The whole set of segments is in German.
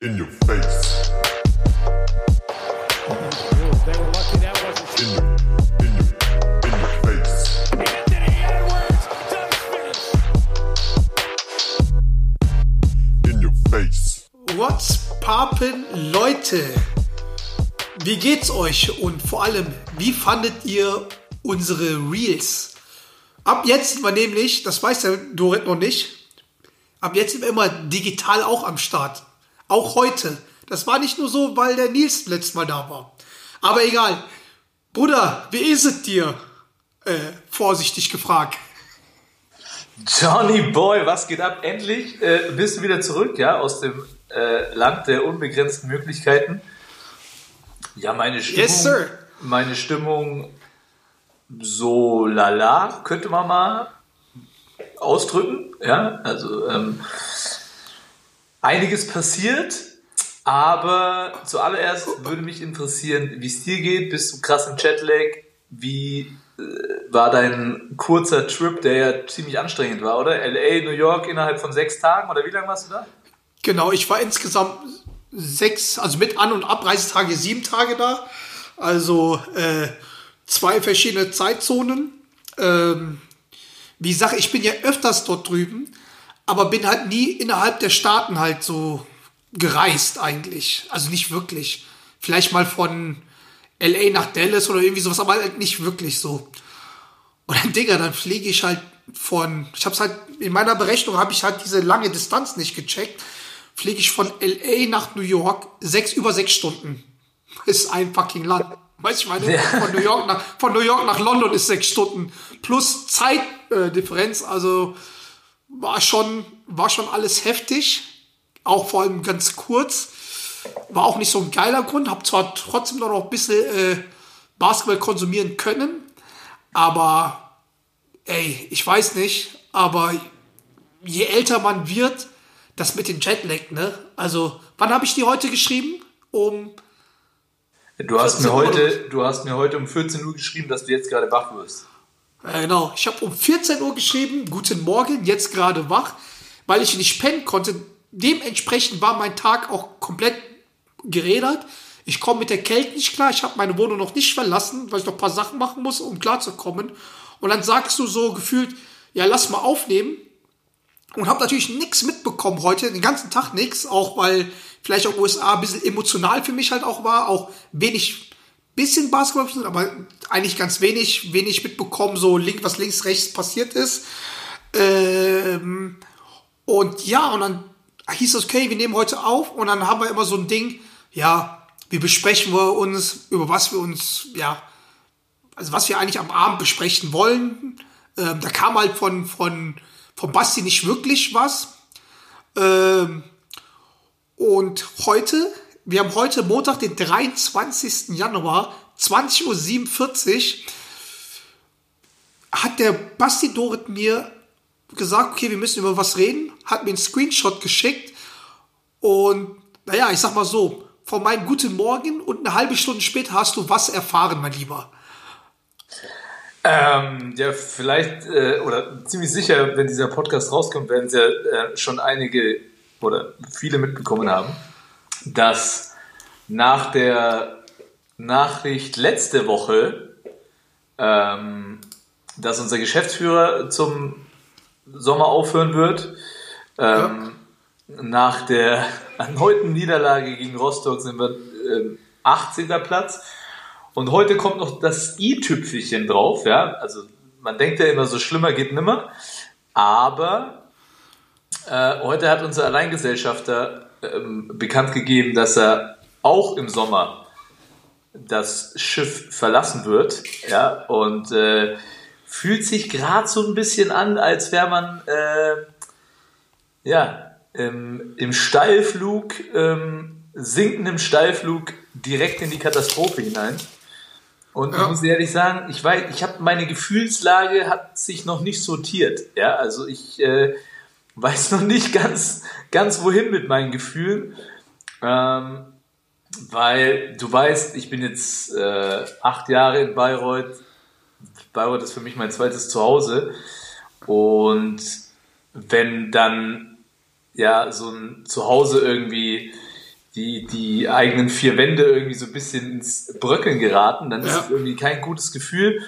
In your face. They were lucky that wasn't In your face. Anthony Edwards does finish. In your face. What's poppin', Leute? Wie geht's euch und vor allem, wie fandet ihr unsere Reels? Ab jetzt sind wir nämlich, das weiß der Dorit noch nicht, ab jetzt sind wir immer digital auch am Start. Auch heute. Das war nicht nur so, weil der Nils letztes Mal da war. Aber egal. Bruder, wie ist es dir? Vorsichtig gefragt. Johnny Boy, was geht ab? Endlich bist du wieder zurück, ja, aus dem Land der unbegrenzten Möglichkeiten. Ja, meine Stimmung, Yes, sir. meine Stimmung so lala, könnte man mal ausdrücken. Ja, also einiges passiert, aber zuallererst würde mich interessieren, wie es dir geht. Bist du krass im Jetlag? Wie war dein kurzer Trip, der ja ziemlich anstrengend war, oder? LA, New York innerhalb von 6 Tagen, oder wie lange warst du da? Genau, ich war insgesamt 6, also mit An- und Abreisetage 7 Tage da. Also 2 verschiedene Zeitzonen. Wie gesagt, ich bin ja öfters dort drüben, aber bin halt nie innerhalb der Staaten halt so gereist eigentlich. Also nicht wirklich. Vielleicht mal von LA nach Dallas oder irgendwie sowas, aber halt nicht wirklich so. Und dann, Digga, dann fliege ich halt ich hab's halt, in meiner Berechnung habe ich halt diese lange Distanz nicht gecheckt, fliege ich von LA nach New York über 6 Stunden. Ist ein fucking Land. Weißt du, ich meine, von New York nach London ist 6 Stunden. Plus Zeitdifferenz, also war schon alles heftig. Auch vor allem ganz kurz. War auch nicht so ein geiler Grund. Hab zwar trotzdem noch ein bisschen Basketball konsumieren können, aber ey, ich weiß nicht, aber je älter man wird, das mit dem Jetlag, ne? Also, wann habe ich die heute geschrieben? Du hast mir heute um 14 Uhr geschrieben, dass du jetzt gerade wach wirst. Genau, ich habe um 14 Uhr geschrieben, guten Morgen, jetzt gerade wach, weil ich nicht pennen konnte. Dementsprechend war mein Tag auch komplett gerädert. Ich komme mit der Kälte nicht klar. Ich habe meine Wohnung noch nicht verlassen, weil ich noch ein paar Sachen machen muss, um klarzukommen. Und dann sagst du so gefühlt, ja, lass mal aufnehmen. Und habe natürlich nichts mitbekommen heute, den ganzen Tag nichts. Auch weil vielleicht auch USA ein bisschen emotional für mich halt auch war. Auch bisschen Basketball, aber eigentlich ganz wenig mitbekommen, so was links, rechts passiert ist. Und ja, und dann hieß es, okay, wir nehmen heute auf und dann haben wir immer so ein Ding, ja, wie besprechen wir uns, über was wir uns, ja, also was wir eigentlich am Abend besprechen wollen. Da kam halt von Basti nicht wirklich was. Und wir haben heute Montag, den 23. Januar, 20.47 Uhr, hat der Basti Dorit mir gesagt, okay, wir müssen über was reden, hat mir einen Screenshot geschickt und, naja, ich sag mal so, von meinem guten Morgen und eine halbe Stunde später hast du was erfahren, mein Lieber. Ja, vielleicht, oder ziemlich sicher, wenn dieser Podcast rauskommt, werden es ja schon einige oder viele mitbekommen haben, dass nach der Nachricht letzte Woche, dass unser Geschäftsführer zum Sommer aufhören wird, nach der erneuten Niederlage gegen Rostock sind wir 18. Platz. Und heute kommt noch das i-Tüpfelchen drauf, ja, also man denkt ja immer, so schlimmer geht nimmer, aber heute hat unser Alleingesellschafter bekannt gegeben, dass er auch im Sommer das Schiff verlassen wird, ja, und fühlt sich gerade so ein bisschen an, als wäre man im Steilflug, sinkendem Steilflug direkt in die Katastrophe hinein. Und ich muss ehrlich sagen, ich habe meine Gefühlslage hat sich noch nicht sortiert. Ja, also ich weiß noch nicht ganz wohin mit meinen Gefühlen, weil du weißt, ich bin jetzt 8 Jahre in Bayreuth. Bayreuth ist für mich mein zweites Zuhause. Und wenn dann ja so ein Zuhause irgendwie die eigenen vier Wände irgendwie so ein bisschen ins Bröckeln geraten, dann ist Ja. es irgendwie kein gutes Gefühl.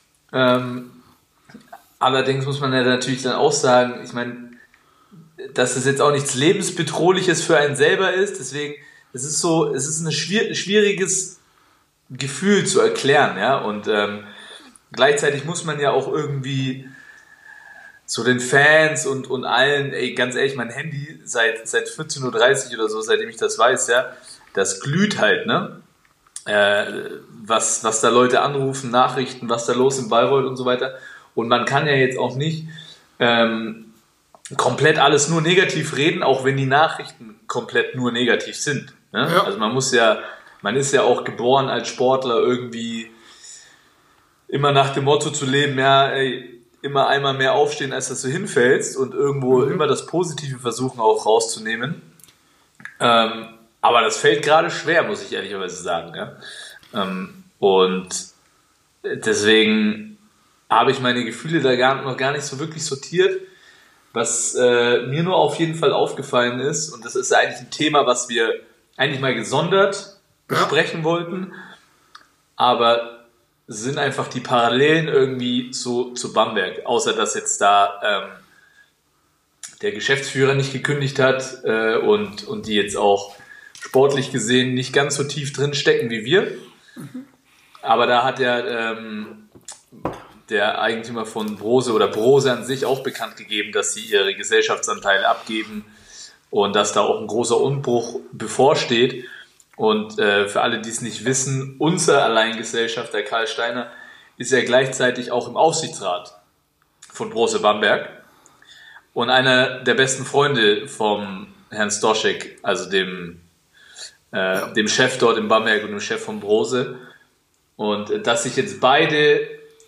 Allerdings muss man ja natürlich dann auch sagen, ich meine, dass es jetzt auch nichts Lebensbedrohliches für einen selber ist, deswegen, es ist ein schwieriges Gefühl zu erklären, ja, und gleichzeitig muss man ja auch irgendwie so den Fans und allen, ey, ganz ehrlich, mein Handy seit 14:30 Uhr oder so, seitdem ich das weiß, ja, das glüht halt, ne, was da Leute anrufen, Nachrichten, was da los in Bayreuth und so weiter, und man kann ja jetzt auch nicht komplett alles nur negativ reden, auch wenn die Nachrichten komplett nur negativ sind. Ne? Ja. Also man ist ja auch geboren als Sportler irgendwie immer nach dem Motto zu leben, ja, ey, immer einmal mehr aufstehen, als dass du hinfällst und irgendwo immer das Positive versuchen auch rauszunehmen. Aber das fällt gerade schwer, muss ich ehrlicherweise sagen. Ja? Und deswegen habe ich meine Gefühle da noch gar nicht so wirklich sortiert. Was mir nur auf jeden Fall aufgefallen ist, und das ist eigentlich ein Thema, was wir eigentlich mal gesondert besprechen wollten, aber sind einfach die Parallelen irgendwie zu Bamberg, außer dass jetzt da der Geschäftsführer nicht gekündigt hat und die jetzt auch sportlich gesehen nicht ganz so tief drin stecken wie wir. Aber da hat ja der Eigentümer von Brose oder Brose an sich auch bekannt gegeben, dass sie ihre Gesellschaftsanteile abgeben und dass da auch ein großer Umbruch bevorsteht. Und für alle, die es nicht wissen, unser Alleingesellschafter Karl Steiner ist ja gleichzeitig auch im Aufsichtsrat von Brose Bamberg und einer der besten Freunde vom Herrn Stoschek, also dem Chef dort in Bamberg und dem Chef von Brose. Und dass sich jetzt beide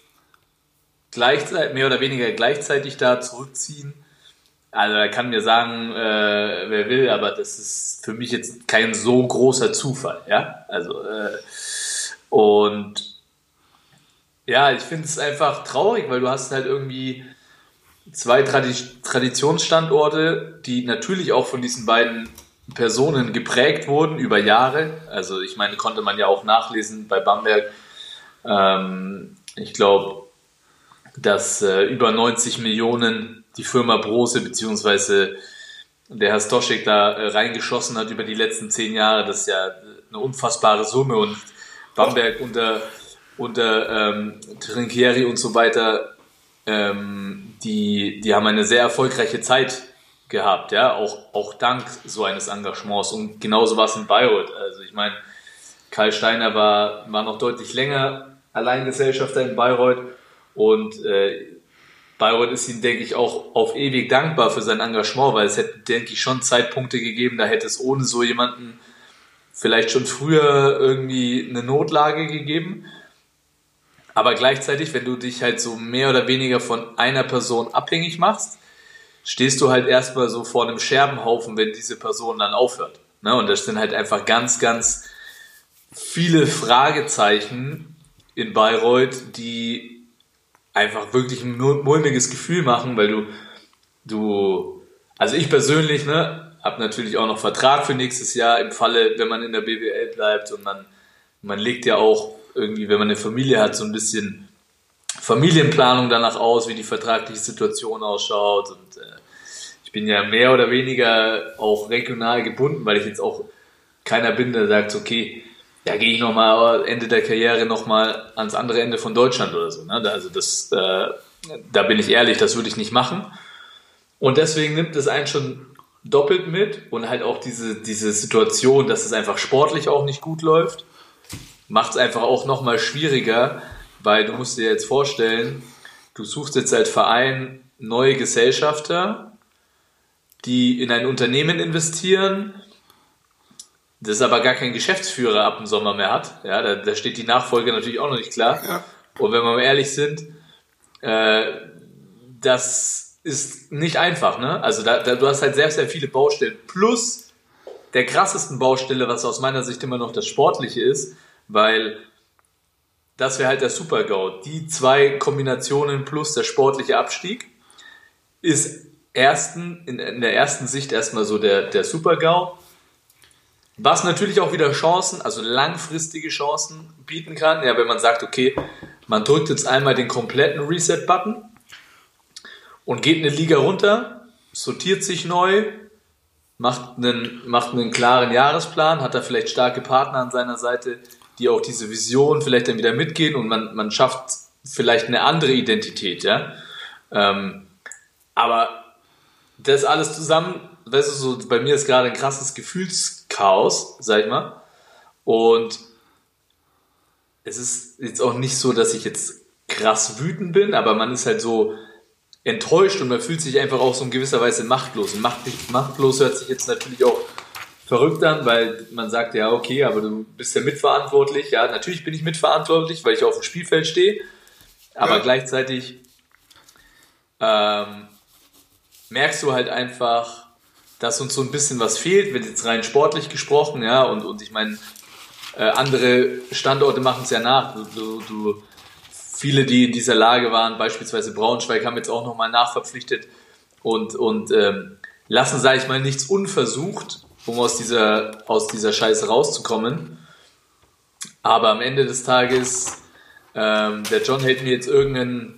mehr oder weniger gleichzeitig da zurückziehen. Also da kann mir sagen, wer will, aber das ist für mich jetzt kein so großer Zufall, ja. Also und ja, ich finde es einfach traurig, weil du hast halt irgendwie zwei Traditionsstandorte, die natürlich auch von diesen beiden Personen geprägt wurden über Jahre. Also ich meine, konnte man ja auch nachlesen bei Bamberg. Ich glaube, dass über 90 Millionen die Firma Brose bzw. der Herr Stoschek da reingeschossen hat über die letzten 10 Jahre. Das ist ja eine unfassbare Summe und Bamberg unter Trinchieri und so weiter, die haben eine sehr erfolgreiche Zeit gehabt, ja, auch dank so eines Engagements, und genauso war es in Bayreuth. Also ich meine, Karl Steiner war noch deutlich länger Alleingesellschafter in Bayreuth und Bayreuth ist ihm, denke ich, auch auf ewig dankbar für sein Engagement, weil es hätte, denke ich, schon Zeitpunkte gegeben, da hätte es ohne so jemanden vielleicht schon früher irgendwie eine Notlage gegeben. Aber gleichzeitig, wenn du dich halt so mehr oder weniger von einer Person abhängig machst, stehst du halt erstmal so vor einem Scherbenhaufen, wenn diese Person dann aufhört. Ne? Und das sind halt einfach ganz, ganz viele Fragezeichen in Bayreuth, die einfach wirklich ein mulmiges Gefühl machen, weil also ich persönlich, ne, habe natürlich auch noch Vertrag für nächstes Jahr im Falle, wenn man in der BWL bleibt, und man legt ja auch irgendwie, wenn man eine Familie hat, so ein bisschen Familienplanung danach aus, wie die vertragliche Situation ausschaut, und ich bin ja mehr oder weniger auch regional gebunden, weil ich jetzt auch keiner bin, der sagt, okay, ja, gehe ich nochmal Ende der Karriere nochmal ans andere Ende von Deutschland oder so. Ne? Also da bin ich ehrlich, das würde ich nicht machen. Und deswegen nimmt es einen schon doppelt mit, und halt auch diese Situation, dass es einfach sportlich auch nicht gut läuft, macht es einfach auch nochmal schwieriger, weil du musst dir jetzt vorstellen, du suchst jetzt als Verein neue Gesellschafter, die in ein Unternehmen investieren, das aber gar keinen Geschäftsführer ab dem Sommer mehr hat. Ja, da steht die Nachfolge natürlich auch noch nicht klar. Ja. Und wenn wir mal ehrlich sind, das ist nicht einfach. Ne? Also du hast halt sehr, sehr viele Baustellen. Plus der krassesten Baustelle, was aus meiner Sicht immer noch das Sportliche ist, weil das wäre halt der Super-GAU. Die zwei Kombinationen plus der sportliche Abstieg ist in der ersten Sicht erstmal so der Super-GAU. Was natürlich auch wieder Chancen, also langfristige Chancen bieten kann. Ja, wenn man sagt, okay, man drückt jetzt einmal den kompletten Reset-Button und geht eine Liga runter, sortiert sich neu, macht einen klaren Jahresplan, hat da vielleicht starke Partner an seiner Seite, die auch diese Vision vielleicht dann wieder mitgehen und man schafft vielleicht eine andere Identität, ja. Aber das alles zusammen, weißt du, so bei mir ist gerade ein krasses Gefühlschaos, sag ich mal. Und es ist jetzt auch nicht so, dass ich jetzt krass wütend bin, aber man ist halt so enttäuscht und man fühlt sich einfach auch so in gewisser Weise machtlos. Und machtlos hört sich jetzt natürlich auch verrückt an, weil man sagt, ja, okay, aber du bist ja mitverantwortlich. Ja, natürlich bin ich mitverantwortlich, weil ich auf dem Spielfeld stehe. Aber gleichzeitig merkst du halt einfach, dass uns so ein bisschen was fehlt, wird jetzt rein sportlich gesprochen, ja, und ich meine, andere Standorte machen es ja nach. Viele, die in dieser Lage waren, beispielsweise Braunschweig, haben jetzt auch nochmal nachverpflichtet und lassen, sage ich mal, nichts unversucht, um aus dieser Scheiße rauszukommen. Aber am Ende des Tages, der John hält mir jetzt irgendein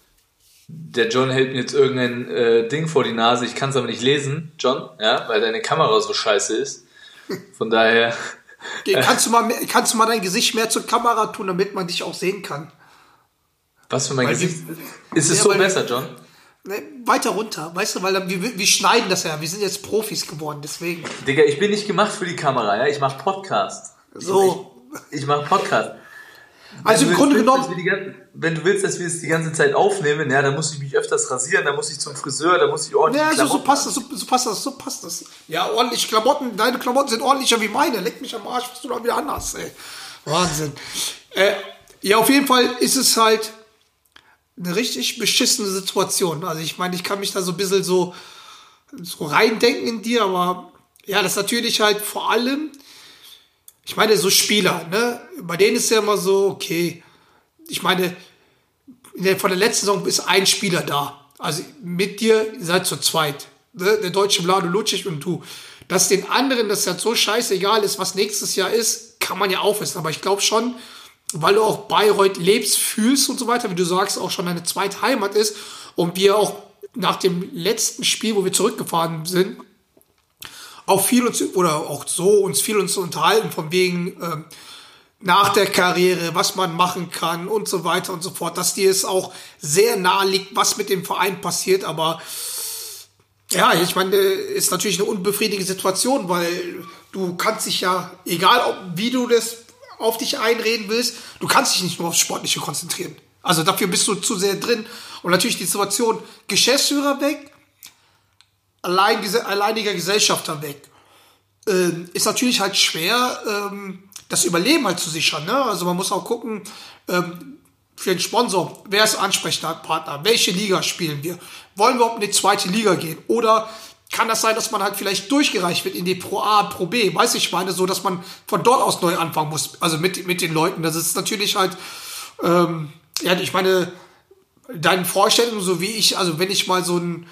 Ding vor die Nase. Ich kann es aber nicht lesen, John, ja, weil deine Kamera so scheiße ist. Von daher... Kannst du mal dein Gesicht mehr zur Kamera tun, damit man dich auch sehen kann? Was für mein Gesicht? Ist es so besser, John? Ne, weiter runter, weißt du, weil wir schneiden das ja. Wir sind jetzt Profis geworden, deswegen. Digga, ich bin nicht gemacht für die Kamera, ja. Ich mache Podcast. So. Ich mache Podcast. Also im Grunde genommen... Wenn du willst, dass wir es die ganze Zeit aufnehmen, ja, dann muss ich mich öfters rasieren, dann muss ich zum Friseur, dann muss ich ordentlich Klamotten... So passt das. Ja, ordentlich Klamotten, deine Klamotten sind ordentlicher wie meine. Leck mich am Arsch, was du da wieder anhast, ey. Wahnsinn. Ja, auf jeden Fall ist es halt eine richtig beschissene Situation. Also ich meine, ich kann mich da so ein bisschen so reindenken in dir, aber ja, das ist natürlich halt vor allem... Ich meine, so Spieler, ne? Bei denen ist ja immer so, okay, ich meine, von der letzten Saison ist ein Spieler da. Also mit dir, ihr seid zu zweit. Ne? Der deutsche Vlado Lucic und du. Dass den anderen das ja so scheißegal ist, was nächstes Jahr ist, kann man ja aufwissen. Aber ich glaube schon, weil du auch Bayreuth lebst, fühlst und so weiter, wie du sagst, auch schon deine zweite Heimat ist und wir auch nach dem letzten Spiel, wo wir zurückgefahren sind, auch viel uns unterhalten von wegen nach der Karriere, was man machen kann und so weiter und so fort, dass dir es auch sehr nahe liegt, was mit dem Verein passiert, aber ja, ich meine, ist natürlich eine unbefriedigende Situation, weil du kannst dich ja, egal wie du das auf dich einreden willst, du kannst dich nicht nur aufs Sportliche konzentrieren. Also dafür bist du zu sehr drin und natürlich die Situation, Geschäftsführer weg, alleiniger Gesellschafter weg. Ist natürlich halt schwer, das Überleben halt zu sichern. Ne? Also man muss auch gucken, für den Sponsor, wer ist Ansprechpartner, welche Liga spielen wir, wollen wir überhaupt in die zweite Liga gehen oder kann das sein, dass man halt vielleicht durchgereicht wird in die Pro A, Pro B, weiß ich meine, so, dass man von dort aus neu anfangen muss, also mit den Leuten. Das ist natürlich halt, ja, ich meine, deine Vorstellungen, so wie ich, also wenn ich mal so ein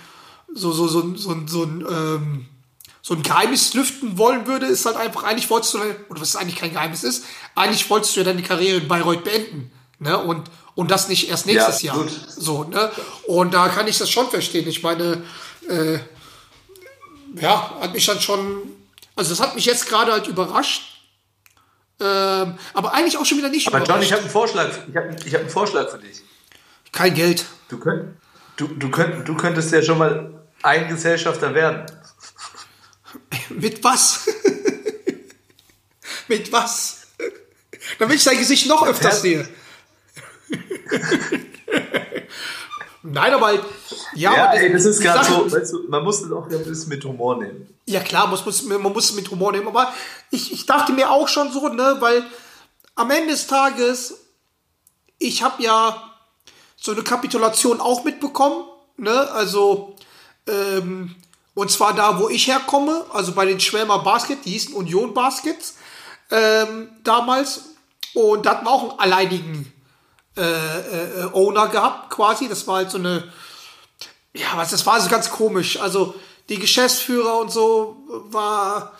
Geheimnis lüften wollen würde, ist halt einfach, eigentlich wolltest du, oder was eigentlich kein Geheimnis ist, eigentlich wolltest du ja deine Karriere in Bayreuth beenden, ne, und das nicht erst nächstes Jahr, gut. So, ne, und da kann ich das schon verstehen, ich meine, ja, hat mich dann schon, also das hat mich jetzt gerade halt überrascht, aber eigentlich auch schon wieder nicht überrascht. Aber John, ich habe einen Vorschlag für dich. Kein Geld. Du könntest ja schon mal ein Gesellschafter werden. Mit was? Mit was? Damit ich dein Gesicht noch öfters sehe. Nein, aber ja, das ist gerade so, weißt du, man muss das auch ein bisschen mit Humor nehmen. Ja klar, man muss es mit Humor nehmen, aber ich dachte mir auch schon so, ne, weil am Ende des Tages, ich habe ja so eine Kapitulation auch mitbekommen, ne, also und zwar da, wo ich herkomme, also bei den Schwelmer Basket, die hießen Union Baskets damals, und da hatten wir auch einen alleinigen Owner gehabt, quasi. Das war halt so eine, ja, das war so ganz komisch. Also die Geschäftsführer und so war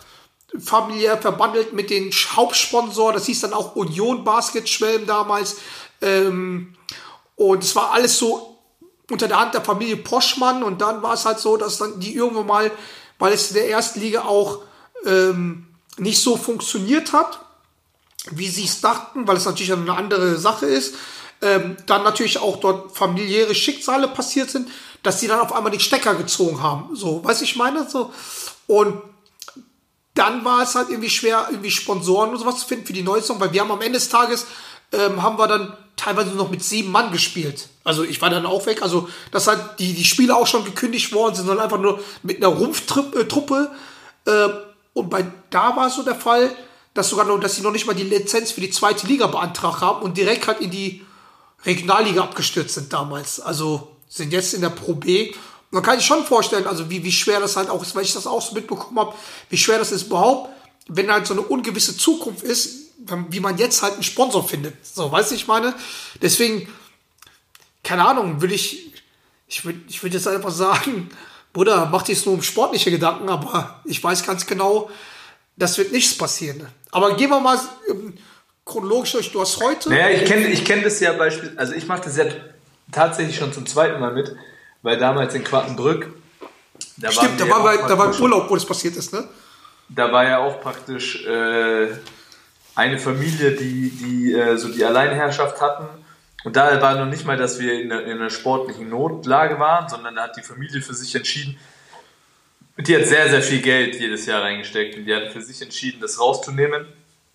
familiär verbandelt mit den Hauptsponsor. Das hieß dann auch Union Basketschwelm damals. Und es war alles so unter der Hand der Familie Poschmann. Und dann war es halt so, dass dann die irgendwann mal, weil es in der ersten Liga auch nicht so funktioniert hat, wie sie es dachten, weil es natürlich eine andere Sache ist, dann natürlich auch dort familiäre Schicksale passiert sind, dass sie dann auf einmal den Stecker gezogen haben. So, weißt du, ich meine? So. Und dann war es halt irgendwie schwer, irgendwie Sponsoren und sowas zu finden für die neue Saison, weil wir haben am Ende des Tages, haben wir dann teilweise noch mit 7 Mann gespielt. Also ich war dann auch weg. Also, dass halt die Spiele auch schon gekündigt worden sind, sondern einfach nur mit einer Rumpftruppe. Und da war es so der Fall, dass sie noch nicht mal die Lizenz für die zweite Liga beantragt haben und direkt halt in die Regionalliga abgestürzt sind damals. Also sind jetzt in der Pro B. Und man kann sich schon vorstellen, also wie schwer das halt auch ist, weil ich das auch so mitbekommen habe, wie schwer das ist überhaupt, wenn halt so eine ungewisse Zukunft ist, wie man jetzt halt einen Sponsor findet. So, weißt du, ich meine? Deswegen, keine Ahnung, ich würde jetzt einfach sagen, Bruder, mach dir jetzt nur um sportliche Gedanken, aber ich weiß ganz genau, das wird nichts passieren. Aber gehen wir mal chronologisch durch. Du hast heute... Naja, ich kenn das ja beispielsweise, also ich mache das ja tatsächlich schon zum zweiten Mal mit, weil damals in Quartenbrück... Stimmt, da war im Urlaub, wo das passiert ist, ne? Da war ja auch praktisch eine Familie, die so die Alleinherrschaft hatten. Und da war noch nicht mal, dass wir in einer sportlichen Notlage waren, sondern da hat die Familie für sich entschieden, die hat sehr, sehr viel Geld jedes Jahr reingesteckt und die hat für sich entschieden, das rauszunehmen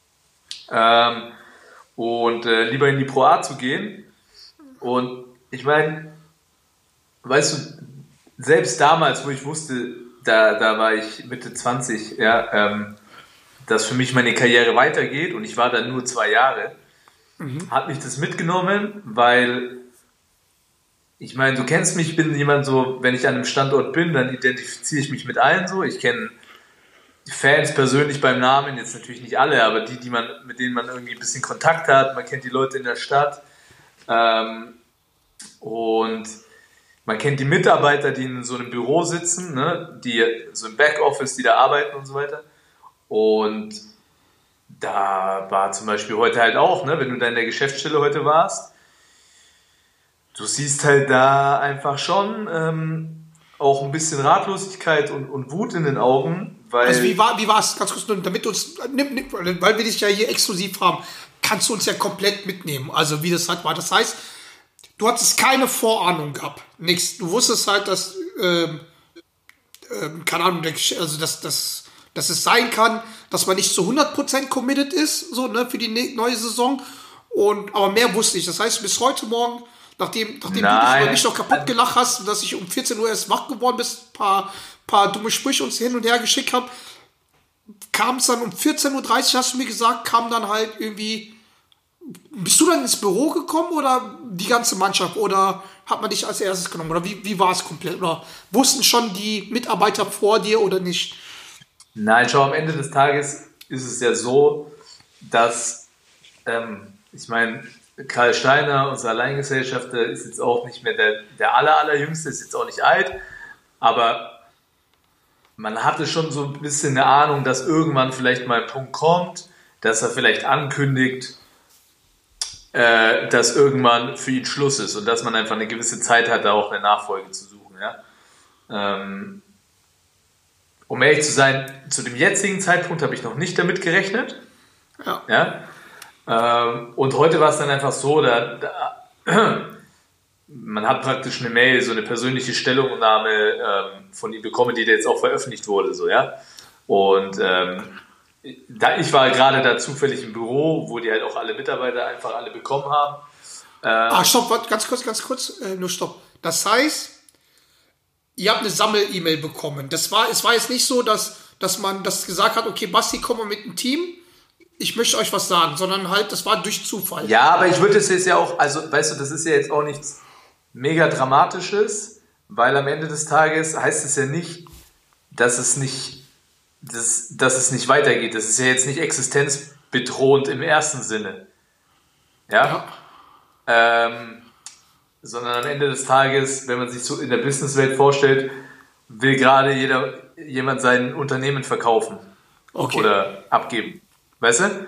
und lieber in die Pro A zu gehen. Und ich meine, weißt du, selbst damals, wo ich wusste, da war ich Mitte 20, ja, dass für mich meine Karriere weitergeht und ich war da nur 2 Jahre, hat mich das mitgenommen, weil ich meine, du kennst mich, ich bin jemand so, wenn ich an einem Standort bin, dann identifiziere ich mich mit allen so. Ich kenne die Fans persönlich beim Namen, jetzt natürlich nicht alle, aber mit denen man irgendwie ein bisschen Kontakt hat. Man kennt die Leute in der Stadt und man kennt die Mitarbeiter, die in so einem Büro sitzen, ne, die so im Backoffice, die da arbeiten und so weiter. Und da war zum Beispiel heute halt auch, ne, wenn du da in der Geschäftsstelle heute warst, du siehst halt da einfach schon auch ein bisschen Ratlosigkeit und Wut in den Augen. Weil also wie war es, ganz kurz, damit uns, weil wir dich ja hier exklusiv haben, kannst du uns ja komplett mitnehmen, also wie das halt war. Das heißt, du hattest keine Vorahnung gehabt, nichts. Du wusstest halt, dass, keine Ahnung, also dass es sein kann, dass man nicht zu 100% committed ist, so, ne, für die neue Saison. Aber mehr wusste ich. Das heißt, bis heute Morgen, nachdem du mich noch kaputt gelacht hast, dass ich um 14 Uhr erst wach geworden bist, paar dumme Sprüche uns hin und her geschickt habe, kam es dann um 14.30 Uhr, hast du mir gesagt, kam dann halt irgendwie, bist du dann ins Büro gekommen oder die ganze Mannschaft oder hat man dich als erstes genommen oder wie war es komplett oder wussten schon die Mitarbeiter vor dir oder nicht? Nein, schau, am Ende des Tages ist es ja so, dass, ich meine, Karl Steiner, unser Alleingesellschafter, ist jetzt auch nicht mehr der allerjüngste, ist jetzt auch nicht alt, aber man hatte schon so ein bisschen eine Ahnung, dass irgendwann vielleicht mal ein Punkt kommt, dass er vielleicht ankündigt, dass irgendwann für ihn Schluss ist und dass man einfach eine gewisse Zeit hat, da auch eine Nachfolge zu suchen. Ja? Um ehrlich zu sein, zu dem jetzigen Zeitpunkt habe ich noch nicht damit gerechnet. Ja? Und heute war es dann einfach so, man hat praktisch eine Mail, so eine persönliche Stellungnahme von ihm bekommen, die jetzt auch veröffentlicht wurde. So, ja? Und ich war gerade da zufällig im Büro, wo die halt auch alle Mitarbeiter einfach alle bekommen haben. Stopp, warte, ganz kurz, nur stopp. Das heißt, ihr habt eine Sammel-E-Mail bekommen. Es war jetzt nicht so, dass man das gesagt hat, okay, Basti, komm mal mit dem Team, ich möchte euch was sagen, sondern halt, das war durch Zufall. Ja, aber ich würde es jetzt ja auch, also weißt du, das ist ja jetzt auch nichts mega Dramatisches, weil am Ende des Tages heißt es ja nicht, dass es nicht weitergeht. Das ist ja jetzt nicht existenzbedrohend im ersten Sinne. Ja. Sondern am Ende des Tages, wenn man sich so in der Businesswelt vorstellt, will gerade jemand sein Unternehmen verkaufen. Okay. oder abgeben. Weißt du?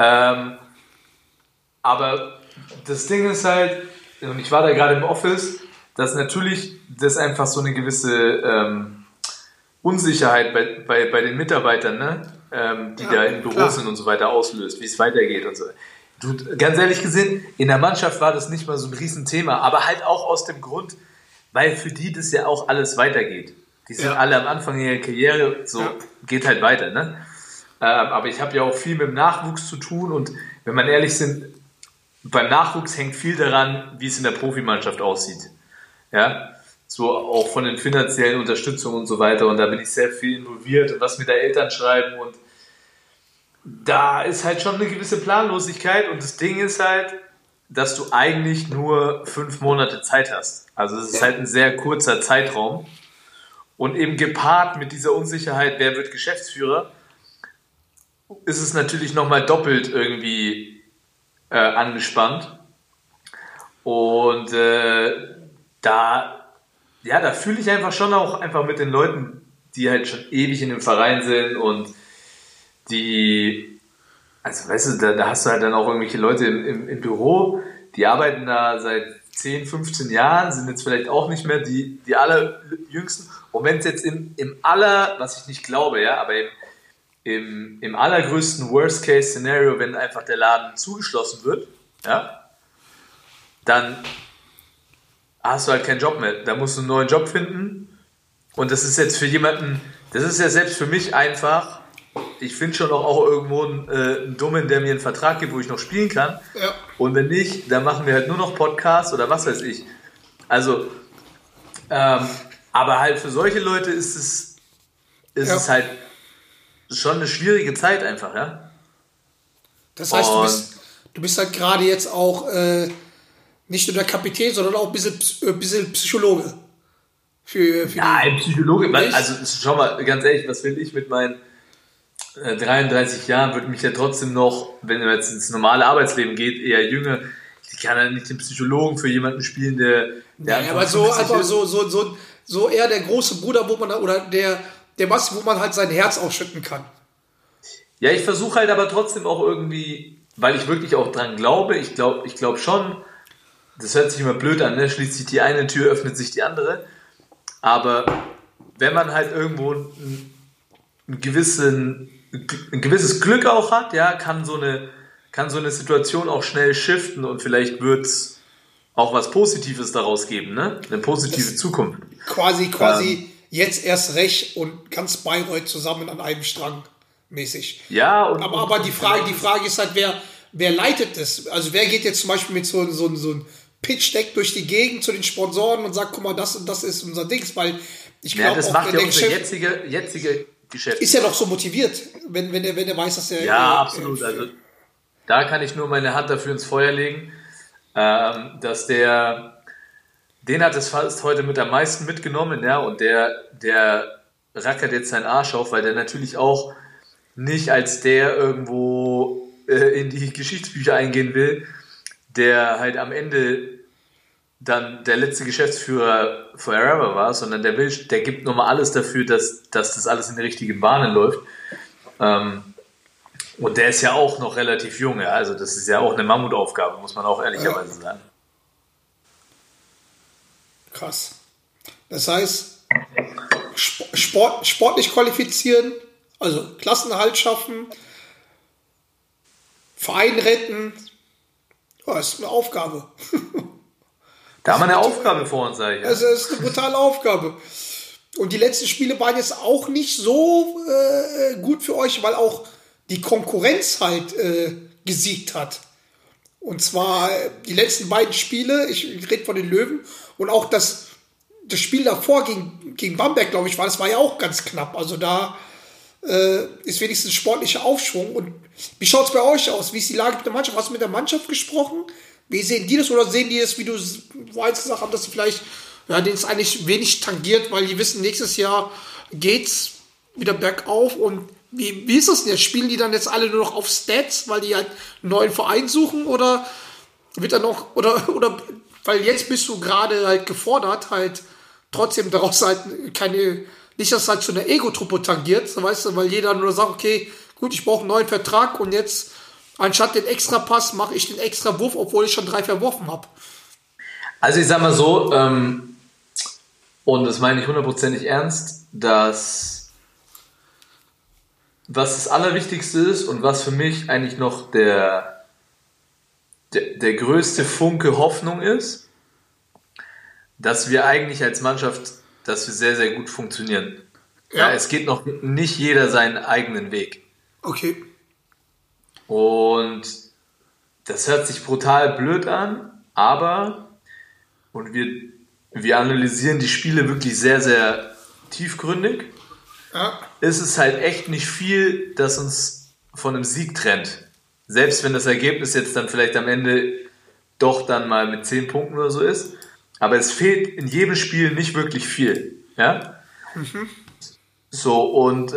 Aber das Ding ist halt, und ich war da gerade im Office, dass natürlich das einfach so eine gewisse Unsicherheit bei den Mitarbeitern, ne? Die da im Büro klar. sind und so weiter auslöst, wie es weitergeht und so. Du, ganz ehrlich gesehen, in der Mannschaft war das nicht mal so ein Riesenthema, aber halt auch aus dem Grund, weil für die das ja auch alles weitergeht. Die sind alle am Anfang ihrer Karriere, so geht halt weiter, ne? Aber ich habe ja auch viel mit dem Nachwuchs zu tun und wenn man ehrlich sind, beim Nachwuchs hängt viel daran, wie es in der Profimannschaft aussieht. Ja, so auch von den finanziellen Unterstützungen und so weiter und da bin ich sehr viel involviert und was mir da Eltern schreiben und da ist halt schon eine gewisse Planlosigkeit und das Ding ist halt, dass du eigentlich nur 5 Monate Zeit hast. Also es ist halt ein sehr kurzer Zeitraum und eben gepaart mit dieser Unsicherheit, wer wird Geschäftsführer, ist es natürlich nochmal doppelt irgendwie angespannt. Und da fühle ich einfach schon auch einfach mit den Leuten, die halt schon ewig in dem Verein sind und die, also weißt du, da hast du halt dann auch irgendwelche Leute im Büro, die arbeiten da seit 10, 15 Jahren, sind jetzt vielleicht auch nicht mehr die allerjüngsten. Und wenn es jetzt was ich nicht glaube, ja, aber im allergrößten Worst-Case-Szenario, wenn einfach der Laden zugeschlossen wird, ja, dann hast du halt keinen Job mehr. Da musst du einen neuen Job finden. Und das ist jetzt für jemanden, das ist ja selbst für mich einfach, ich finde schon auch irgendwo einen Dummen, der mir einen Vertrag gibt, wo ich noch spielen kann. Ja. Und wenn nicht, dann machen wir halt nur noch Podcasts oder was weiß ich. Also, aber halt für solche Leute ist es halt schon eine schwierige Zeit einfach, ja. Das heißt, du bist halt gerade jetzt auch nicht nur der Kapitän, sondern auch ein bisschen Psychologe. Für ein Psychologe. Nicht? Also schau mal, ganz ehrlich, was will ich mit meinen 33 Jahren, würde mich ja trotzdem noch, wenn er jetzt ins normale Arbeitsleben geht, eher jünger. Ich kann ja nicht den Psychologen für jemanden spielen, der aber so eher der große Bruder, wo man oder der wo man halt sein Herz ausschütten kann. Ja, ich versuche halt aber trotzdem auch irgendwie, weil ich wirklich auch dran glaube, ich glaube schon, das hört sich immer blöd an, ne? Schließt sich die eine Tür, öffnet sich die andere. Aber wenn man halt irgendwo ein gewisses Glück auch hat, ja, kann so eine Situation auch schnell shiften und vielleicht wird es auch was Positives daraus geben, ne? Eine positive Zukunft. Quasi jetzt erst recht und ganz Bayreuth zusammen an einem Strang mäßig. Ja, aber die Frage ist halt, wer leitet das? Also wer geht jetzt zum Beispiel mit so ein Pitch-Deck durch die Gegend zu den Sponsoren und sagt, guck mal, das und das ist unser Dings, weil ich glaube, das auch macht der ja unser Geschäft jetzige Geschäft. ist ja doch so motiviert, wenn er weiß, dass er... Ja, absolut. Also da kann ich nur meine Hand dafür ins Feuer legen, dass den hat es fast heute mit am meisten mitgenommen, ja, und der rackert jetzt seinen Arsch auf, weil der natürlich auch nicht als der irgendwo in die Geschichtsbücher eingehen will, der halt am Ende dann der letzte Geschäftsführer forever war, sondern der gibt nochmal alles dafür, dass das alles in die richtigen Bahnen läuft. Und der ist ja auch noch relativ jung, ja, also das ist ja auch eine Mammutaufgabe, muss man auch ehrlicherweise sagen. Krass. Das heißt, sportlich qualifizieren, also Klassenerhalt schaffen, Verein retten, das ist eine Aufgabe. Da haben wir eine Aufgabe vor uns, sage ich. Ja. Also das ist eine brutale Aufgabe. Und die letzten Spiele waren jetzt auch nicht so gut für euch, weil auch die Konkurrenz halt gesiegt hat. Und zwar die letzten beiden Spiele, ich rede von den Löwen, und auch das Spiel davor gegen Bamberg, glaube ich, das war ja auch ganz knapp. Also da ist wenigstens sportlicher Aufschwung. Und wie schaut es bei euch aus? Wie ist die Lage mit der Mannschaft? Hast du mit der Mannschaft gesprochen? Wie sehen die das, oder sehen die es, wie du vorhin gesagt hast, dass sie vielleicht, ja, denen es eigentlich wenig tangiert, weil die wissen, nächstes Jahr geht's wieder bergauf, und wie ist das denn jetzt? Spielen die dann jetzt alle nur noch auf Stats, weil die halt einen neuen Verein suchen, oder wird dann noch, oder weil jetzt bist du gerade halt gefordert, halt trotzdem daraus halt keine Nicht, dass es halt zu einer Ego-Truppe tangiert, so, weißt du, weil jeder nur sagt, okay, gut, ich brauche einen neuen Vertrag und jetzt anstatt den Extrapass mache ich den Extrawurf, obwohl ich schon 3 verworfen habe. Also ich sag mal so, und das meine ich 100%ig ernst, dass was das Allerwichtigste ist und was für mich eigentlich noch der größte Funke Hoffnung ist, dass wir eigentlich als Mannschaft, dass wir sehr, sehr gut funktionieren. Ja, es geht noch nicht jeder seinen eigenen Weg. Okay. Und das hört sich brutal blöd an, aber und wir analysieren die Spiele wirklich sehr, sehr tiefgründig. Ja. Ist es halt echt nicht viel, das uns von einem Sieg trennt. Selbst wenn das Ergebnis jetzt dann vielleicht am Ende doch dann mal mit 10 Punkten oder so ist. Aber es fehlt in jedem Spiel nicht wirklich viel. Ja? So, und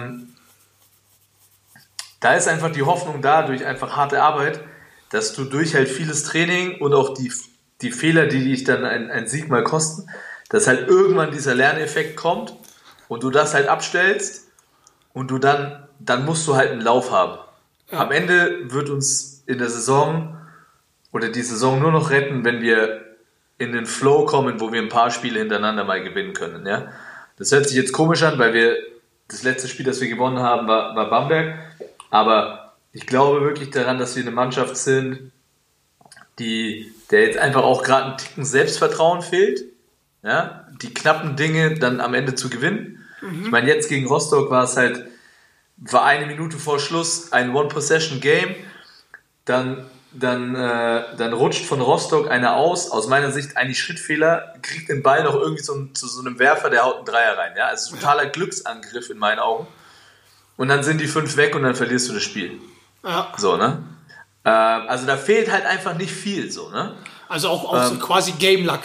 da ist einfach die Hoffnung da, durch einfach harte Arbeit, dass du durch halt vieles Training und auch die Fehler, die dich dann ein Sieg mal kosten, dass halt irgendwann dieser Lerneffekt kommt und du das halt abstellst und du dann musst du halt einen Lauf haben. Ja. Am Ende wird uns in der Saison oder die Saison nur noch retten, wenn wir in den Flow kommen, wo wir ein paar Spiele hintereinander mal gewinnen können. Ja? Das hört sich jetzt komisch an, weil das letzte Spiel, das wir gewonnen haben, war Bamberg. Aber ich glaube wirklich daran, dass wir eine Mannschaft sind, der jetzt einfach auch gerade ein Ticken Selbstvertrauen fehlt, ja? Die knappen Dinge dann am Ende zu gewinnen. Ich meine, jetzt gegen Rostock war 1 Minute vor Schluss ein One-Possession-Game, dann rutscht von Rostock einer aus meiner Sicht eigentlich Schrittfehler, kriegt den Ball noch irgendwie zu so einem Werfer, der haut einen Dreier rein. Ja? Also totaler Glücksangriff in meinen Augen. Und dann sind die 5 weg und dann verlierst du das Spiel. Ja. So, ne? Also da fehlt halt einfach nicht viel, so, ne? Also auch so quasi Game Luck.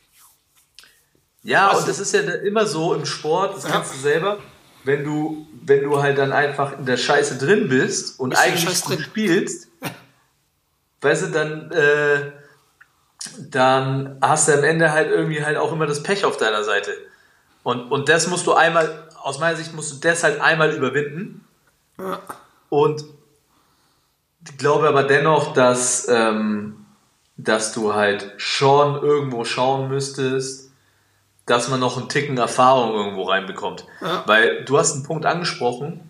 Ja, und das ist ja immer so im Sport, das kennst du selber, wenn du halt dann einfach in der Scheiße drin bist und eigentlich gut spielst, weißt du, dann hast du am Ende halt irgendwie halt auch immer das Pech auf deiner Seite. Und das musst du aus meiner Sicht musst du das halt einmal überwinden. Ja. Und ich glaube aber dennoch, dass du halt schon irgendwo schauen müsstest, dass man noch einen Ticken Erfahrung irgendwo reinbekommt. Ja. Weil du hast einen Punkt angesprochen,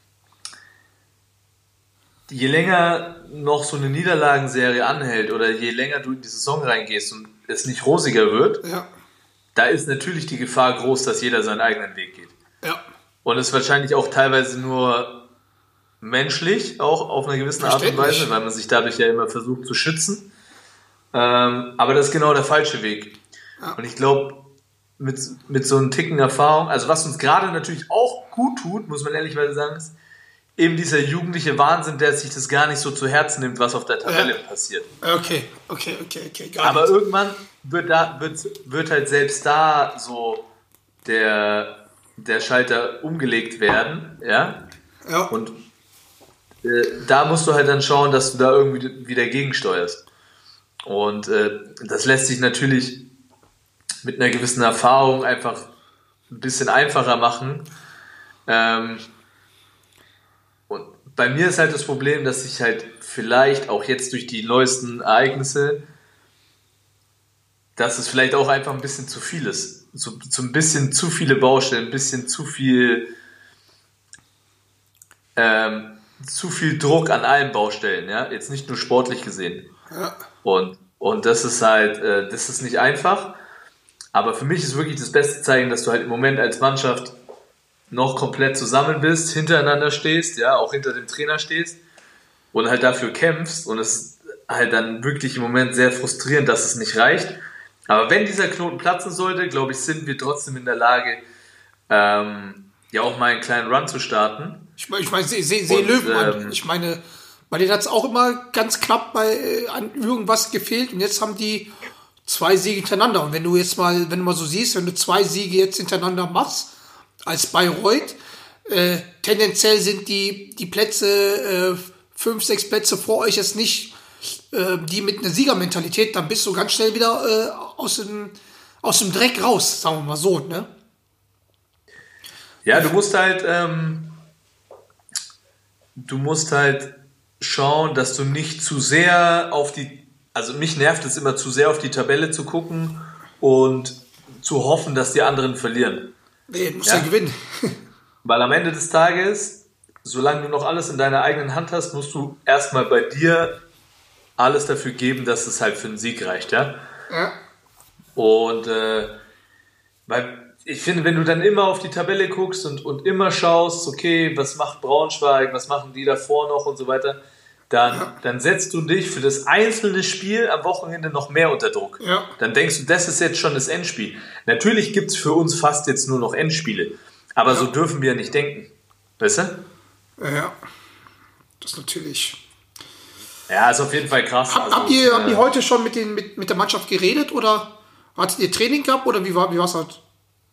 je länger noch so eine Niederlagenserie anhält oder je länger du in die Saison reingehst und es nicht rosiger wird, da ist natürlich die Gefahr groß, dass jeder seinen eigenen Weg geht. Ja. Und es ist wahrscheinlich auch teilweise nur menschlich, auch auf einer gewissen Art und Weise, weil man sich dadurch ja immer versucht zu schützen. Aber das ist genau der falsche Weg. Ja. Und ich glaube, mit so einem Ticken Erfahrung, also was uns gerade natürlich auch gut tut, muss man ehrlicherweise sagen, ist eben dieser jugendliche Wahnsinn, der sich das gar nicht so zu Herzen nimmt, was auf der Tabelle passiert. Okay. Aber irgendwann wird halt selbst da so der Schalter umgelegt werden, ja? Ja. Und da musst du halt dann schauen, dass du da irgendwie wieder gegensteuerst. Und das lässt sich natürlich mit einer gewissen Erfahrung einfach ein bisschen einfacher machen. Und bei mir ist halt das Problem, dass ich halt vielleicht auch jetzt durch die neuesten Ereignisse, dass es vielleicht auch einfach ein bisschen zu viel ist. So ein bisschen zu viele Baustellen, ein bisschen zu viel Druck an allen Baustellen, ja, jetzt nicht nur sportlich gesehen. Ja. Und das ist halt, das ist nicht einfach. Aber für mich ist wirklich das beste Zeichen, dass du halt im Moment als Mannschaft noch komplett zusammen bist, hintereinander stehst, ja, auch hinter dem Trainer stehst und halt dafür kämpfst. Und es ist halt dann wirklich im Moment sehr frustrierend, dass es nicht reicht. Aber wenn dieser Knoten platzen sollte, glaube ich, sind wir trotzdem in der Lage, ja auch mal einen kleinen Run zu starten. Ich meine, seh Löwen. Ich meine, bei denen hat es auch immer ganz knapp an irgendwas gefehlt und jetzt haben die 2 Siege hintereinander. Und wenn du mal so siehst, wenn du 2 Siege jetzt hintereinander machst, als Bayreuth, tendenziell sind die Plätze, 5, 6 Plätze vor euch jetzt nicht die mit einer Siegermentalität, dann bist du ganz schnell wieder aus dem Dreck raus, sagen wir mal so, ne? Ja, du musst halt schauen, dass du nicht zu sehr also mich nervt es immer zu sehr auf die Tabelle zu gucken und zu hoffen, dass die anderen verlieren. Nee, du musst ja gewinnen. Weil am Ende des Tages, solange du noch alles in deiner eigenen Hand hast, musst du erstmal bei dir alles dafür geben, dass es halt für einen Sieg reicht, ja? Ja. Und weil ich finde, wenn du dann immer auf die Tabelle guckst und immer schaust, okay, was macht Braunschweig, was machen die davor noch und so weiter, dann setzt du dich für das einzelne Spiel am Wochenende noch mehr unter Druck. Ja. Dann denkst du, das ist jetzt schon das Endspiel. Natürlich gibt es für uns fast jetzt nur noch Endspiele, aber so dürfen wir ja nicht denken. Weißt du? Ja, das natürlich. Ja, ist auf jeden Fall krass. Habt ihr heute schon mit der Mannschaft geredet oder hattet ihr Training gehabt oder wie war's halt?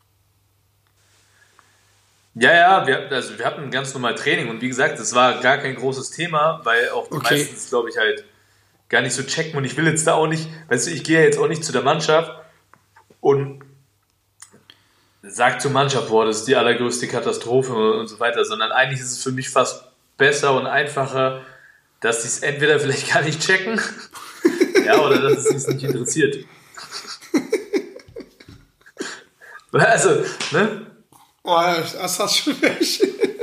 Ja, wir hatten ganz normal Training und wie gesagt, das war gar kein großes Thema, weil auch die meistens, glaube ich, halt gar nicht so checken und ich will jetzt da auch nicht, weißt du, ich gehe ja jetzt auch nicht zu der Mannschaft und sag zur Mannschaft, boah, das ist die allergrößte Katastrophe und so weiter, sondern eigentlich ist es für mich fast besser und einfacher, dass sie es entweder vielleicht gar nicht checken, ja, oder dass es sie nicht interessiert. Also, ne? Oh, das hast schon recht.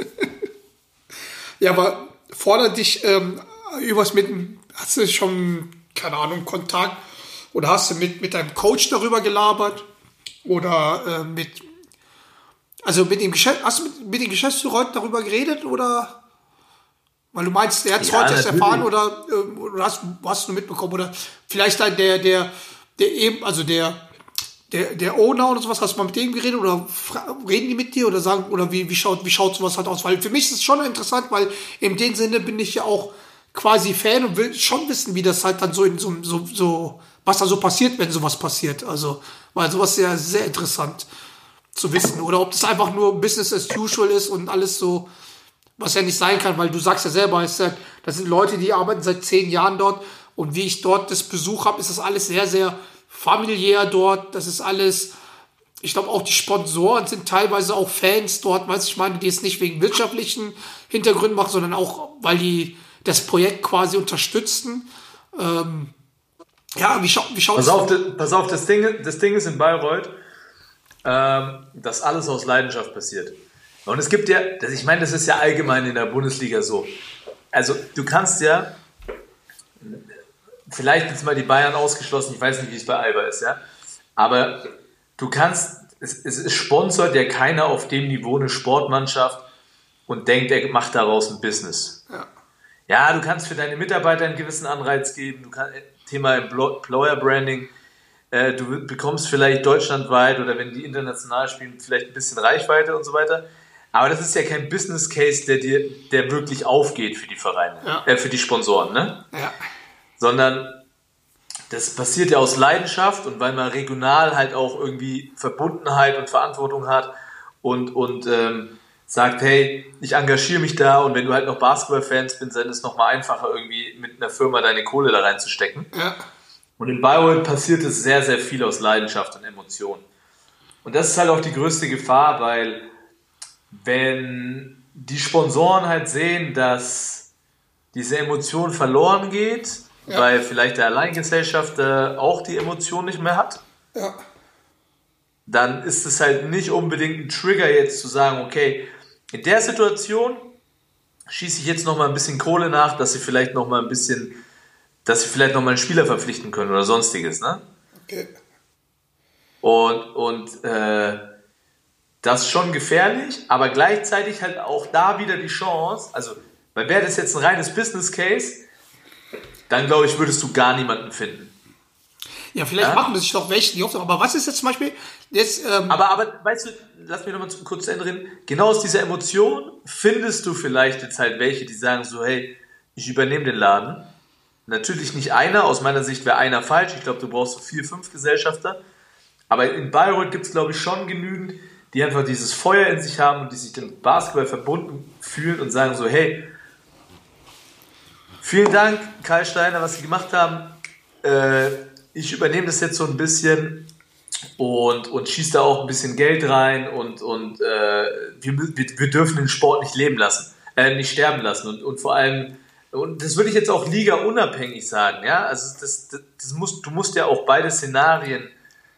Ja, aber fordert dich hast du schon, keine Ahnung, Kontakt oder hast du mit deinem Coach darüber gelabert oder hast du mit dem Geschäftsführer darüber geredet oder weil du meinst, er hat es heute erst erfahren oder hast du mitbekommen oder vielleicht dann der Owner oder sowas, hast du mal mit dem geredet oder reden die mit dir oder sagen, oder wie schaut sowas halt aus? Weil für mich ist es schon interessant, weil in dem Sinne bin ich ja auch quasi Fan und will schon wissen, wie das halt dann so in so was da so passiert, wenn sowas passiert. Also, weil sowas ist ja sehr interessant zu wissen. Oder ob das einfach nur Business as usual ist und alles so, was ja nicht sein kann, weil du sagst ja selber, das sind Leute, die arbeiten seit 10 Jahren dort und wie ich dort das Besuch habe, ist das alles sehr, sehr familiär dort, das ist alles, ich glaube auch die Sponsoren sind teilweise auch Fans dort, weißt du, ich meine, die es nicht wegen wirtschaftlichen Hintergründen machen, sondern auch, weil die das Projekt quasi unterstützen. Ja, wie schaut Pass auf, das Ding ist in Bayreuth, dass alles aus Leidenschaft passiert. Und es gibt ja, ich meine, das ist ja allgemein in der Bundesliga so. Also du kannst ja, vielleicht jetzt mal die Bayern ausgeschlossen, ich weiß nicht, wie es bei Alba ist, ja. Aber du kannst, es sponsort ja keiner auf dem Niveau eine Sportmannschaft und denkt, er macht daraus ein Business. Ja, du kannst für deine Mitarbeiter einen gewissen Anreiz geben, du kannst Thema Employer Branding, du bekommst vielleicht deutschlandweit oder wenn die international spielen, vielleicht ein bisschen Reichweite und so weiter. Aber das ist ja kein Business Case, der wirklich aufgeht für die Vereine, für die Sponsoren, ne? Ja. Sondern das passiert ja aus Leidenschaft und weil man regional halt auch irgendwie Verbundenheit und Verantwortung hat und sagt, hey, ich engagiere mich da und wenn du halt noch Basketball-Fans bist, dann ist es nochmal einfacher irgendwie mit einer Firma deine Kohle da reinzustecken. Ja. Und in Bayreuth passiert es sehr, sehr viel aus Leidenschaft und Emotion. Und das ist halt auch die größte Gefahr, weil wenn die Sponsoren halt sehen, dass diese Emotion verloren geht, weil vielleicht der Alleingesellschafter auch die Emotion nicht mehr hat, dann ist es halt nicht unbedingt ein Trigger jetzt zu sagen, okay, in der Situation schieße ich jetzt nochmal ein bisschen Kohle nach, dass sie vielleicht nochmal einen Spieler verpflichten können oder sonstiges, ne? Okay. Und das ist schon gefährlich, aber gleichzeitig halt auch da wieder die Chance, also, weil wäre das jetzt ein reines Business Case, dann glaube ich, würdest du gar niemanden finden. Ja, vielleicht machen das sich doch welche, die hoffen, aber was ist jetzt zum Beispiel jetzt, aber weißt du, lass mich nochmal kurz zu Ende reden, genau aus dieser Emotion findest du vielleicht jetzt halt welche, die sagen so, hey, ich übernehme den Laden. Natürlich nicht einer, aus meiner Sicht wäre einer falsch, ich glaube, du brauchst so 4, 5 Gesellschafter, aber in Bayreuth gibt es, glaube ich, schon genügend, die einfach dieses Feuer in sich haben und die sich dem Basketball verbunden fühlen und sagen so, hey, vielen Dank, Karl Steiner, was Sie gemacht haben. Ich übernehme das jetzt so ein bisschen und schießt da auch ein bisschen Geld rein und wir dürfen den Sport nicht leben lassen, nicht sterben lassen und vor allem, und das würde ich jetzt auch ligaunabhängig sagen, ja, also du musst ja auch beide Szenarien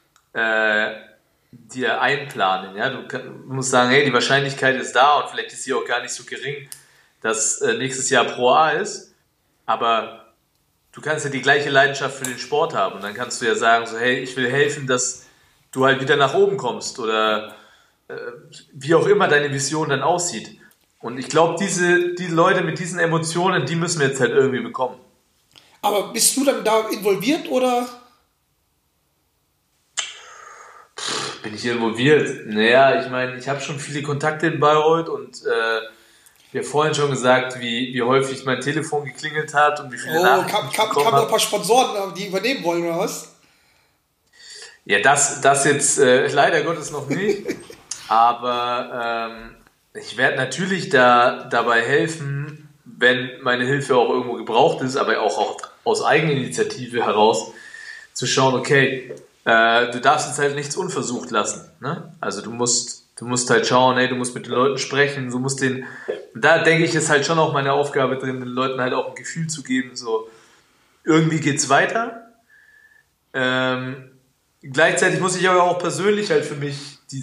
dir einplanen, ja, du musst sagen, hey, die Wahrscheinlichkeit ist da und vielleicht ist sie auch gar nicht so gering, dass nächstes Jahr Pro A ist, aber du kannst ja die gleiche Leidenschaft für den Sport haben und dann kannst du ja sagen, so, hey, ich will helfen, dass du halt wieder nach oben kommst oder wie auch immer deine Vision dann aussieht. Und ich glaube, die Leute mit diesen Emotionen, die müssen wir jetzt halt irgendwie bekommen. Aber bist du dann da involviert oder? Bin ich involviert? Naja, ich meine, ich habe schon viele Kontakte in Bayreuth und wir haben vorhin schon gesagt, wie häufig mein Telefon geklingelt hat und wie viele Nachrichten ich Kamen bekommen da ein habe. paar Sponsoren, die übernehmen wollen oder was? Ja, das jetzt leider Gottes noch nicht. Aber ich werde natürlich dabei helfen, wenn meine Hilfe auch irgendwo gebraucht ist, aber auch aus Eigeninitiative heraus zu schauen, okay, du darfst jetzt halt nichts unversucht lassen. Ne? Also du musst halt schauen, hey, du musst mit den Leuten sprechen, da denke ich, ist halt schon auch meine Aufgabe drin, den Leuten halt auch ein Gefühl zu geben, so irgendwie geht's weiter. Gleichzeitig muss ich aber auch persönlich halt für mich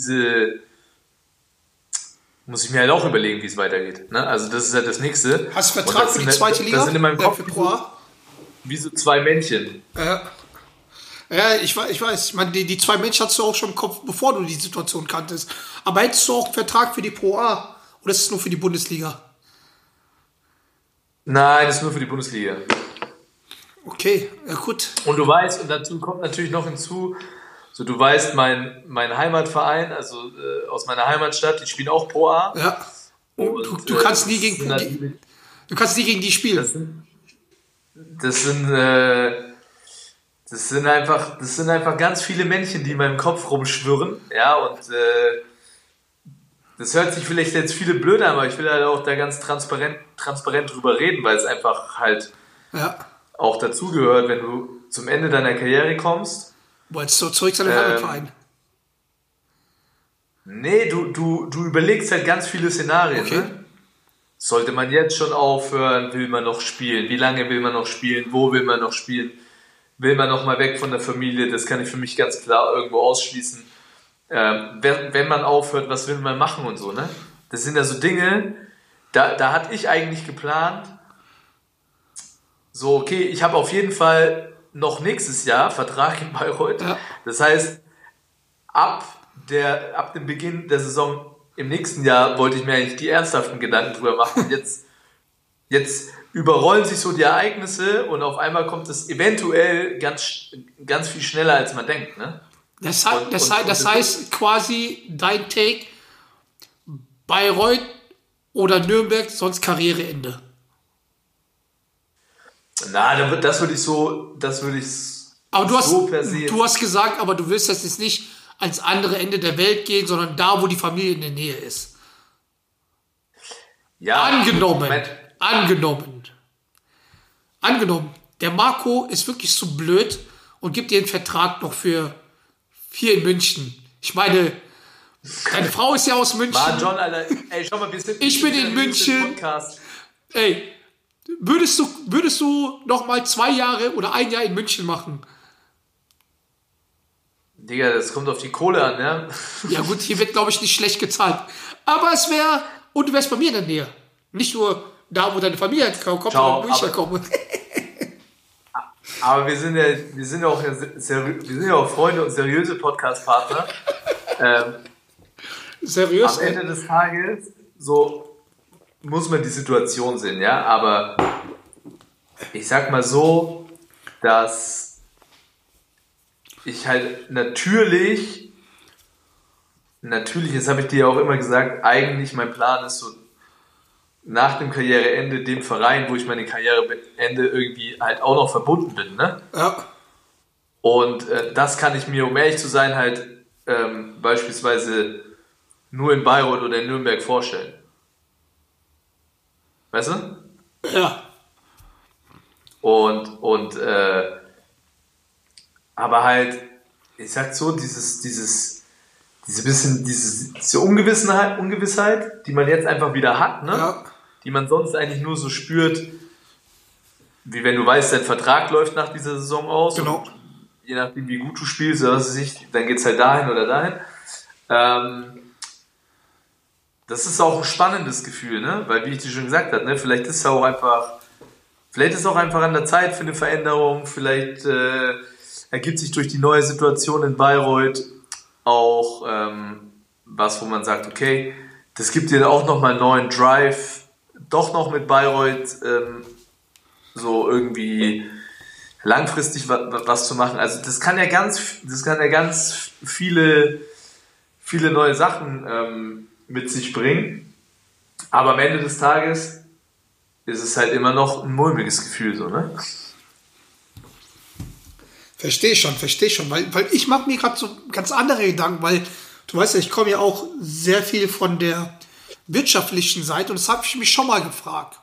muss ich mir halt auch überlegen, wie es weitergeht. Ne? Also das ist halt das Nächste. Hast du Vertrag für die zweite Liga? Das sind in meinem Kopf für Pro A? wie so zwei Männchen. Ja, ich weiß. Ich meine, die zwei Menschen hattest du auch schon im Kopf, bevor du die Situation kanntest. Aber hättest du auch einen Vertrag für die Pro A? Oder ist es nur für die Bundesliga? Nein, das ist nur für die Bundesliga. Okay, ja gut. Und du weißt, und dazu kommt natürlich noch hinzu, so du weißt, mein Heimatverein, also aus meiner Heimatstadt, die spielen auch Pro A. Ja. Und du kannst nie gegen die spielen. Das sind einfach ganz viele Männchen, die in meinem Kopf rumschwirren, ja, und das hört sich vielleicht jetzt viele blöd an, aber ich will halt auch da ganz transparent drüber reden, weil es einfach halt auch dazugehört, wenn du zum Ende deiner Karriere kommst. Wolltest du zurück zu deinem Heimatverein? Nee, du überlegst halt ganz viele Szenarien. Okay. Ne? Sollte man jetzt schon aufhören? Will man noch spielen? Wie lange will man noch spielen? Wo will man noch spielen? Will man noch mal weg von der Familie? Das kann ich für mich ganz klar irgendwo ausschließen. Wenn man aufhört, was will man machen und so, ne? Das sind ja so Dinge, da hatte ich eigentlich geplant, so, okay, ich habe auf jeden Fall noch nächstes Jahr Vertrag in Bayreuth. Ja. Das heißt, ab dem Beginn der Saison im nächsten Jahr wollte ich mir eigentlich die ernsthaften Gedanken drüber machen. Jetzt überrollen sich so die Ereignisse und auf einmal kommt es eventuell ganz, ganz viel schneller, als man denkt, ne? Das heißt quasi dein Take, Bayreuth oder Nürnberg, sonst Karriereende. Na, das würde ich so aber per se. Du hast gesagt, aber du willst jetzt nicht ans andere Ende der Welt gehen, sondern da, wo die Familie in der Nähe ist. Ja. Angenommen, der Marco ist wirklich so blöd und gibt dir einen Vertrag noch für hier in München. Ich meine, deine Frau ist ja aus München. Mann, John, Alter, ey, schau mal, ich bin in München. Ey, würdest du noch mal 2 Jahre oder 1 Jahr in München machen? Digga, das kommt auf die Kohle an, ja? Ja gut, hier wird, glaube ich, nicht schlecht gezahlt. Aber und du wärst bei mir in der Nähe. Nicht nur da, wo deine Familie kommt, sondern wo ich herkomme. Aber wir sind ja auch Freunde und seriöse Podcast-Partner. Seriös? Am Ende des Tages, so muss man die Situation sehen, ja, aber ich sag mal so, dass ich halt natürlich, das habe ich dir ja auch immer gesagt, eigentlich mein Plan ist so, nach dem Karriereende dem Verein, wo ich meine Karriereende irgendwie halt auch noch verbunden bin, ne? Ja. Und das kann ich mir, um ehrlich zu sein, halt beispielsweise nur in Bayreuth oder in Nürnberg vorstellen. Weißt du? Ja. Aber halt, ich sag so, diese Ungewissheit, die man jetzt einfach wieder hat, ne? Ja. Die man sonst eigentlich nur so spürt, wie wenn du weißt, dein Vertrag läuft nach dieser Saison aus. Genau. Und je nachdem, wie gut du spielst, oder was weiß ich, dann geht's halt dahin oder dahin. Das ist auch ein spannendes Gefühl, ne? Weil, wie ich dir schon gesagt habe, ne? Vielleicht ist es auch einfach an der Zeit für eine Veränderung. Vielleicht ergibt sich durch die neue Situation in Bayreuth auch was, wo man sagt, okay, das gibt dir auch nochmal einen neuen Drive, doch noch mit Bayreuth so irgendwie langfristig was zu machen. Also das kann ja ganz viele neue Sachen mit sich bringen. Aber am Ende des Tages ist es halt immer noch ein mulmiges Gefühl, so, ne? Verstehe schon, weil ich mache mir gerade so ganz andere Gedanken, weil du weißt ja, ich komme ja auch sehr viel von der wirtschaftlichen Seite und das habe ich mich schon mal gefragt.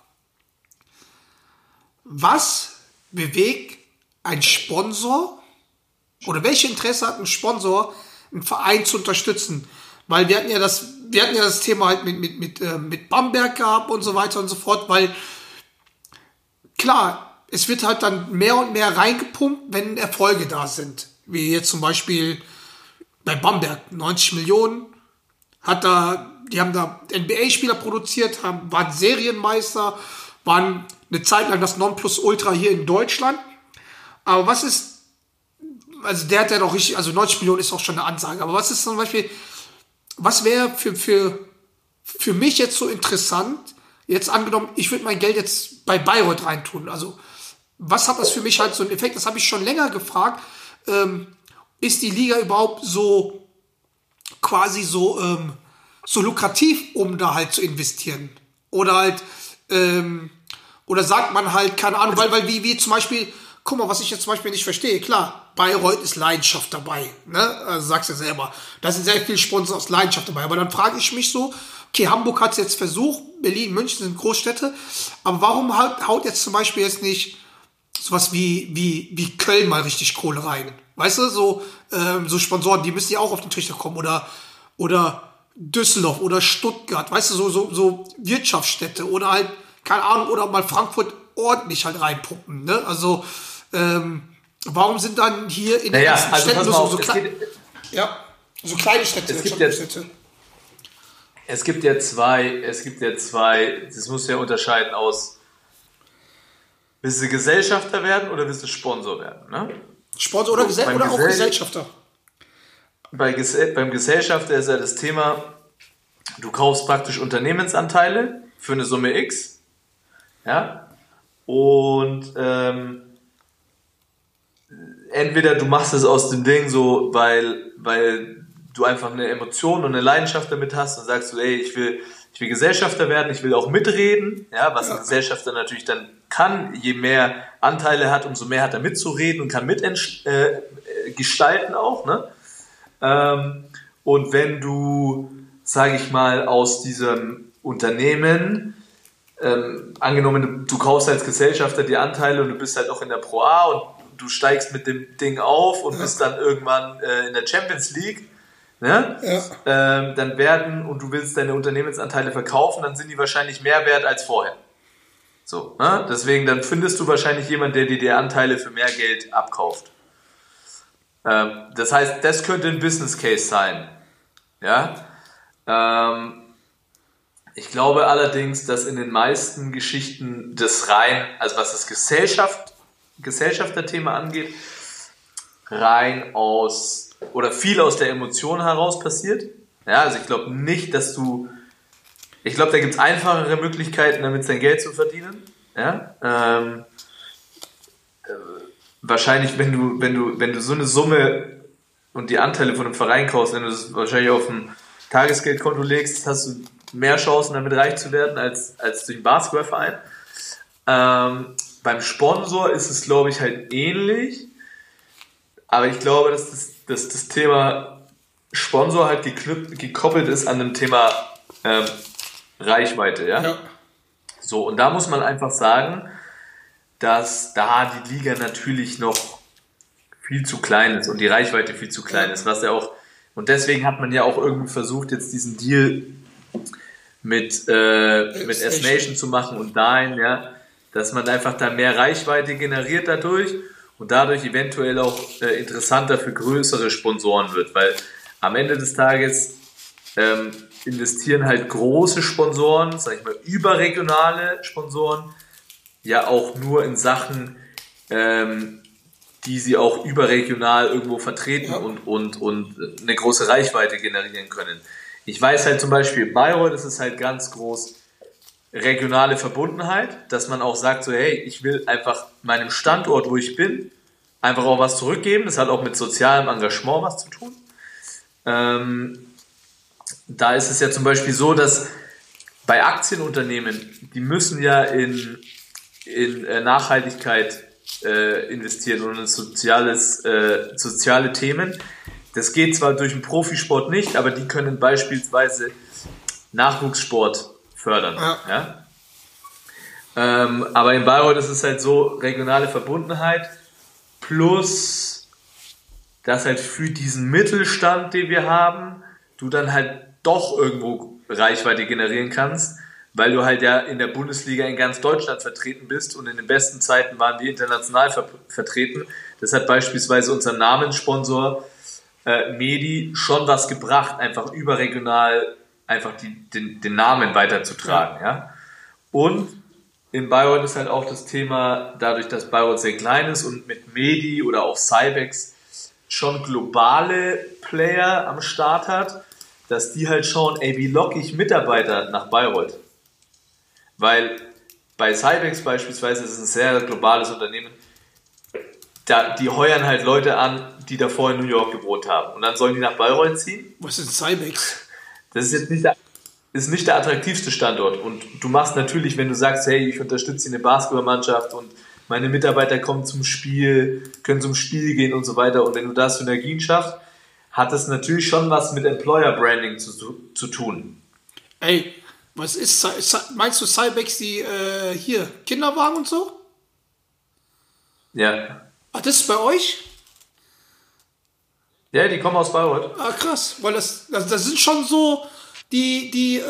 Was bewegt ein Sponsor oder welche Interesse hat ein Sponsor, einen Verein zu unterstützen? Weil wir hatten ja das Thema halt mit Bamberg gehabt und so weiter und so fort, weil klar, es wird halt dann mehr und mehr reingepumpt, wenn Erfolge da sind. Wie jetzt zum Beispiel bei Bamberg, 90 Millionen, die haben da NBA-Spieler produziert, waren Serienmeister, waren eine Zeit lang das Nonplusultra hier in Deutschland. Aber was ist, also der hat ja doch richtig, also 90 Millionen ist auch schon eine Ansage, aber was ist zum Beispiel, was wäre für mich jetzt so interessant, jetzt angenommen, ich würde mein Geld jetzt bei Bayreuth reintun, also was hat das für mich halt so einen Effekt? Das habe ich schon länger gefragt. Ist die Liga überhaupt so quasi so lukrativ, um da halt zu investieren? Oder halt, oder sagt man halt, keine Ahnung, weil wie zum Beispiel, guck mal, was ich jetzt zum Beispiel nicht verstehe, klar, Bayreuth ist Leidenschaft dabei, ne? Also sagst du ja selber. Da sind sehr viele Sponsoren aus Leidenschaft dabei. Aber dann frage ich mich so, okay, Hamburg hat es jetzt versucht, Berlin, München sind Großstädte, aber warum haut jetzt zum Beispiel jetzt nicht sowas wie Köln mal richtig Kohle rein? Weißt du, so Sponsoren, die müssen ja auch auf den Trichter kommen. Oder Düsseldorf oder Stuttgart, weißt du, so Wirtschaftsstädte oder halt, keine Ahnung, oder mal Frankfurt ordentlich halt reinpumpen, ne? Also, warum sind dann hier in den ganzen Städten nur so kleine Städte? Es gibt ja zwei, das musst du ja unterscheiden aus, willst du Gesellschafter werden oder willst du Sponsor werden, ne? Sponsor oder auch Gesellschafter? Beim Gesellschafter ist ja das Thema, du kaufst praktisch Unternehmensanteile für eine Summe X, ja, und entweder du machst es aus dem Ding so, weil du einfach eine Emotion und eine Leidenschaft damit hast und sagst so, ey, ich will Gesellschafter werden, ich will auch mitreden, ja, was ein Gesellschafter natürlich dann kann, je mehr Anteile hat, umso mehr hat er mitzureden und kann mitgestalten auch, ne? Und wenn du, sage ich mal, aus diesem Unternehmen, angenommen, du kaufst als Gesellschafter die Anteile und du bist halt auch in der Pro A und du steigst mit dem Ding auf und bist dann irgendwann in der Champions League, ne? Dann und du willst deine Unternehmensanteile verkaufen, dann sind die wahrscheinlich mehr wert als vorher. So, ne? Deswegen, dann findest du wahrscheinlich jemanden, der dir die Anteile für mehr Geld abkauft. Das heißt, das könnte ein Business Case sein. Ja? Ich glaube allerdings, dass in den meisten Geschichten also was das Gesellschafterthema angeht, viel aus der Emotion heraus passiert. Ja, also ich glaube nicht, ich glaube, da gibt es einfachere Möglichkeiten, damit sein Geld zu verdienen. Ja? Wahrscheinlich, wenn du so eine Summe und die Anteile von einem Verein kaufst, wenn du das wahrscheinlich auf ein Tagesgeldkonto legst, hast du mehr Chancen, damit reich zu werden, als durch einen Basketballverein. Beim Sponsor ist es, glaube ich, halt ähnlich. Aber ich glaube, dass das Thema Sponsor halt gekoppelt ist an dem Thema Reichweite. Ja? So, und da muss man einfach sagen, dass da die Liga natürlich noch viel zu klein ist und die Reichweite viel zu klein ist, was ja auch, und deswegen hat man ja auch irgendwie versucht, jetzt diesen Deal mit S-Nation zu machen und Dine, ja, dass man einfach da mehr Reichweite generiert dadurch und dadurch eventuell auch interessanter für größere Sponsoren wird, weil am Ende des Tages investieren halt große Sponsoren, sag ich mal, überregionale Sponsoren, ja auch nur in Sachen, die sie auch überregional irgendwo vertreten und eine große Reichweite generieren können. Ich weiß halt zum Beispiel, Bayreuth ist es halt ganz groß regionale Verbundenheit, dass man auch sagt so, hey, ich will einfach meinem Standort, wo ich bin, einfach auch was zurückgeben. Das hat auch mit sozialem Engagement was zu tun. Da ist es ja zum Beispiel so, dass bei Aktienunternehmen, die müssen ja in Nachhaltigkeit investieren und in soziale Themen. Das geht zwar durch den Profisport nicht, aber die können beispielsweise Nachwuchssport fördern. Ja? Aber in Bayreuth ist es halt so, regionale Verbundenheit plus, dass halt für diesen Mittelstand, den wir haben, du dann halt doch irgendwo Reichweite generieren kannst, weil du halt ja in der Bundesliga in ganz Deutschland vertreten bist und in den besten Zeiten waren die international vertreten. Das hat beispielsweise unser Namenssponsor Medi schon was gebracht, einfach überregional einfach den Namen weiterzutragen. Ja? Und in Bayreuth ist halt auch das Thema, dadurch, dass Bayreuth sehr klein ist und mit Medi oder auch Cybex schon globale Player am Start hat, dass die halt schauen, ey, wie locke ich Mitarbeiter nach Bayreuth? Weil bei Cybex beispielsweise ist es ein sehr globales Unternehmen, die heuern halt Leute an, die davor in New York gewohnt haben. Und dann sollen die nach Bayreuth ziehen. Was ist Cybex? Das ist jetzt nicht der attraktivste Standort. Und du machst natürlich, wenn du sagst, hey, ich unterstütze eine Basketballmannschaft und meine Mitarbeiter kommen zum Spiel, können zum Spiel gehen und so weiter. Und wenn du da Synergien schaffst, hat das natürlich schon was mit Employer Branding zu tun. Ey, was ist, meinst du Cybex, die hier, Kinderwagen und so? Ja. Ah, das ist bei euch? Ja, die kommen aus Bayreuth. Ah, krass, weil das sind schon so die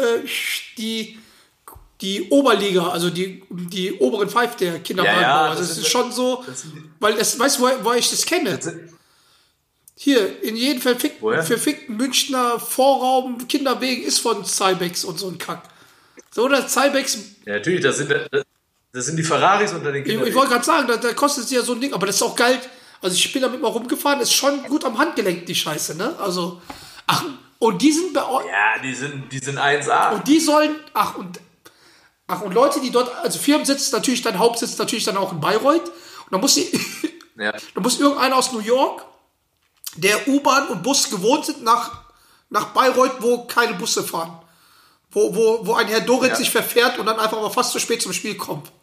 Oberliga, also die oberen Five der Kinderwagenbauer. Ja, also das ist schon so, weil das, weißt du, woher ich das kenne? Hier, in jedem verfickten Münchner Vorraum, Kinderwegen ist von Cybex und so ein Kack. So, oder Cybex. Ja, natürlich, das sind die Ferraris unter den Kindern. Ich wollte gerade sagen, da kostet es ja so ein Ding, aber das ist auch geil. Also ich bin damit mal rumgefahren, ist schon gut am Handgelenk, die Scheiße, ne? Also, und die sind bei euch. Ja, die sind 1A. Und die sollen, und Leute, die dort, also Firmensitz natürlich, dann Hauptsitz natürlich dann auch in Bayreuth. Und dann muss da muss irgendeiner aus New York, der U-Bahn und Bus gewohnt sind, nach Bayreuth, wo keine Busse fahren. Wo ein Herr Dorit sich verfährt und dann einfach mal fast zu spät zum Spiel kommt.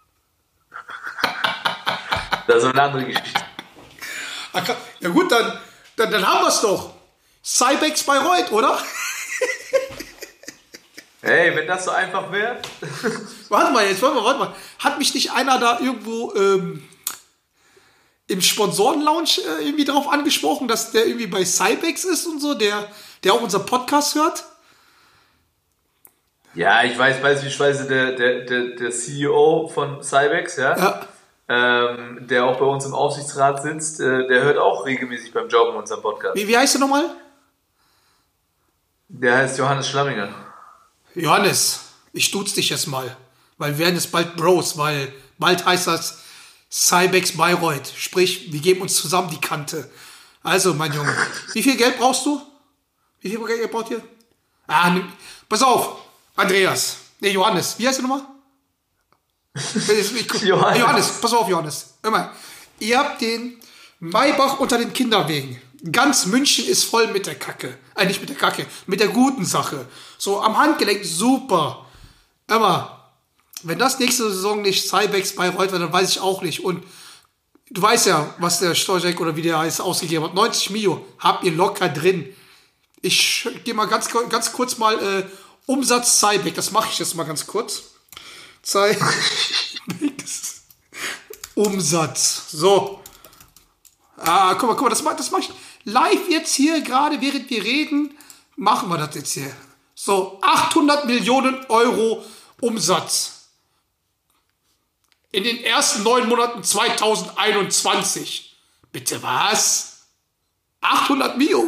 Das ist eine andere Geschichte. Ja gut, dann haben wir es doch. Cybex Bayreuth, oder? Hey, wenn das so einfach wäre. Warte mal. Hat mich nicht einer da irgendwo im Sponsoren-Lounge irgendwie drauf angesprochen, dass der irgendwie bei Cybex ist und so, der auch unseren Podcast hört? Ja, ich weiß beispielsweise der CEO von Cybex, ja. Der auch bei uns im Aufsichtsrat sitzt, der hört auch regelmäßig beim Joggen unseren Podcast. Wie heißt der nochmal? Der heißt Johannes Schlamminger. Johannes, ich duze dich jetzt mal, weil wir werden jetzt bald Bros, weil bald heißt das Cybex Bayreuth. Sprich, wir geben uns zusammen die Kante. Also, mein Junge, wie viel Geld brauchst du? Wie viel Geld braucht ihr? Pass auf, Andreas. Nee, Johannes. Wie heißt du nochmal? Johannes, pass auf, Johannes. Immer. Ihr habt den Maybach unter den Kinderwegen. Ganz München ist voll mit der Kacke. Nicht mit der Kacke, mit der guten Sache. So am Handgelenk, super. Immer. Wenn das nächste Saison nicht Cybex Bayreuth wird, dann weiß ich auch nicht. Und du weißt ja, was der Storchek oder wie der heißt ausgegeben hat. 90 Mio habt ihr locker drin. Ich gehe mal ganz kurz mal Umsatz Cybex. Das mache ich jetzt mal ganz kurz. Cybex Umsatz. So. Guck mal, das mach ich live jetzt hier gerade, während wir reden, machen wir das jetzt hier. So, 800 Millionen Euro Umsatz. In den ersten 9 Monaten 2021. Bitte was? 800 Mio?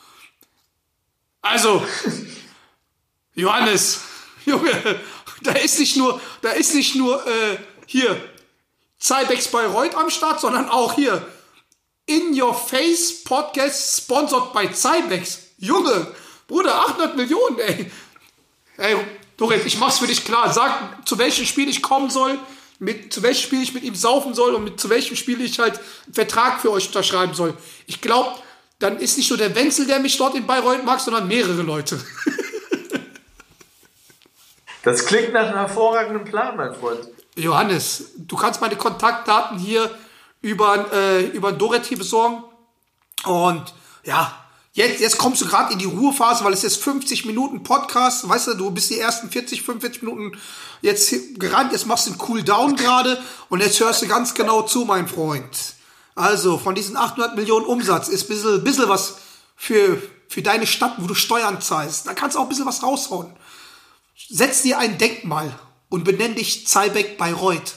Also, Johannes, Junge, da ist nicht nur hier Cybex Bayreuth am Start, sondern auch hier In Your Face Podcast sponsored by Cybex. Junge, Bruder, 800 Millionen, ey. Ey, Dorit, ich mach's für dich klar. Sag, zu welchem Spiel ich kommen soll, zu welchem Spiel ich mit ihm saufen soll und zu welchem Spiel ich halt einen Vertrag für euch unterschreiben soll. Ich glaube, dann ist nicht nur der Wenzel, der mich dort in Bayreuth mag, sondern mehrere Leute. Das klingt nach einem hervorragenden Plan, mein Freund. Johannes, du kannst meine Kontaktdaten hier über Dorothy besorgen. Und ja, jetzt kommst du gerade in die Ruhephase, weil es ist 50 Minuten Podcast. Weißt du bist die ersten 45 Minuten jetzt gerannt. Jetzt machst du einen Cooldown gerade. Und jetzt hörst du ganz genau zu, mein Freund. Also, von diesen 800 Millionen Umsatz ist ein bisschen was für deine Stadt, wo du Steuern zahlst. Da kannst du auch ein bisschen was raushauen. Setz dir ein Denkmal und benenn dich Cybeck Bayreuth.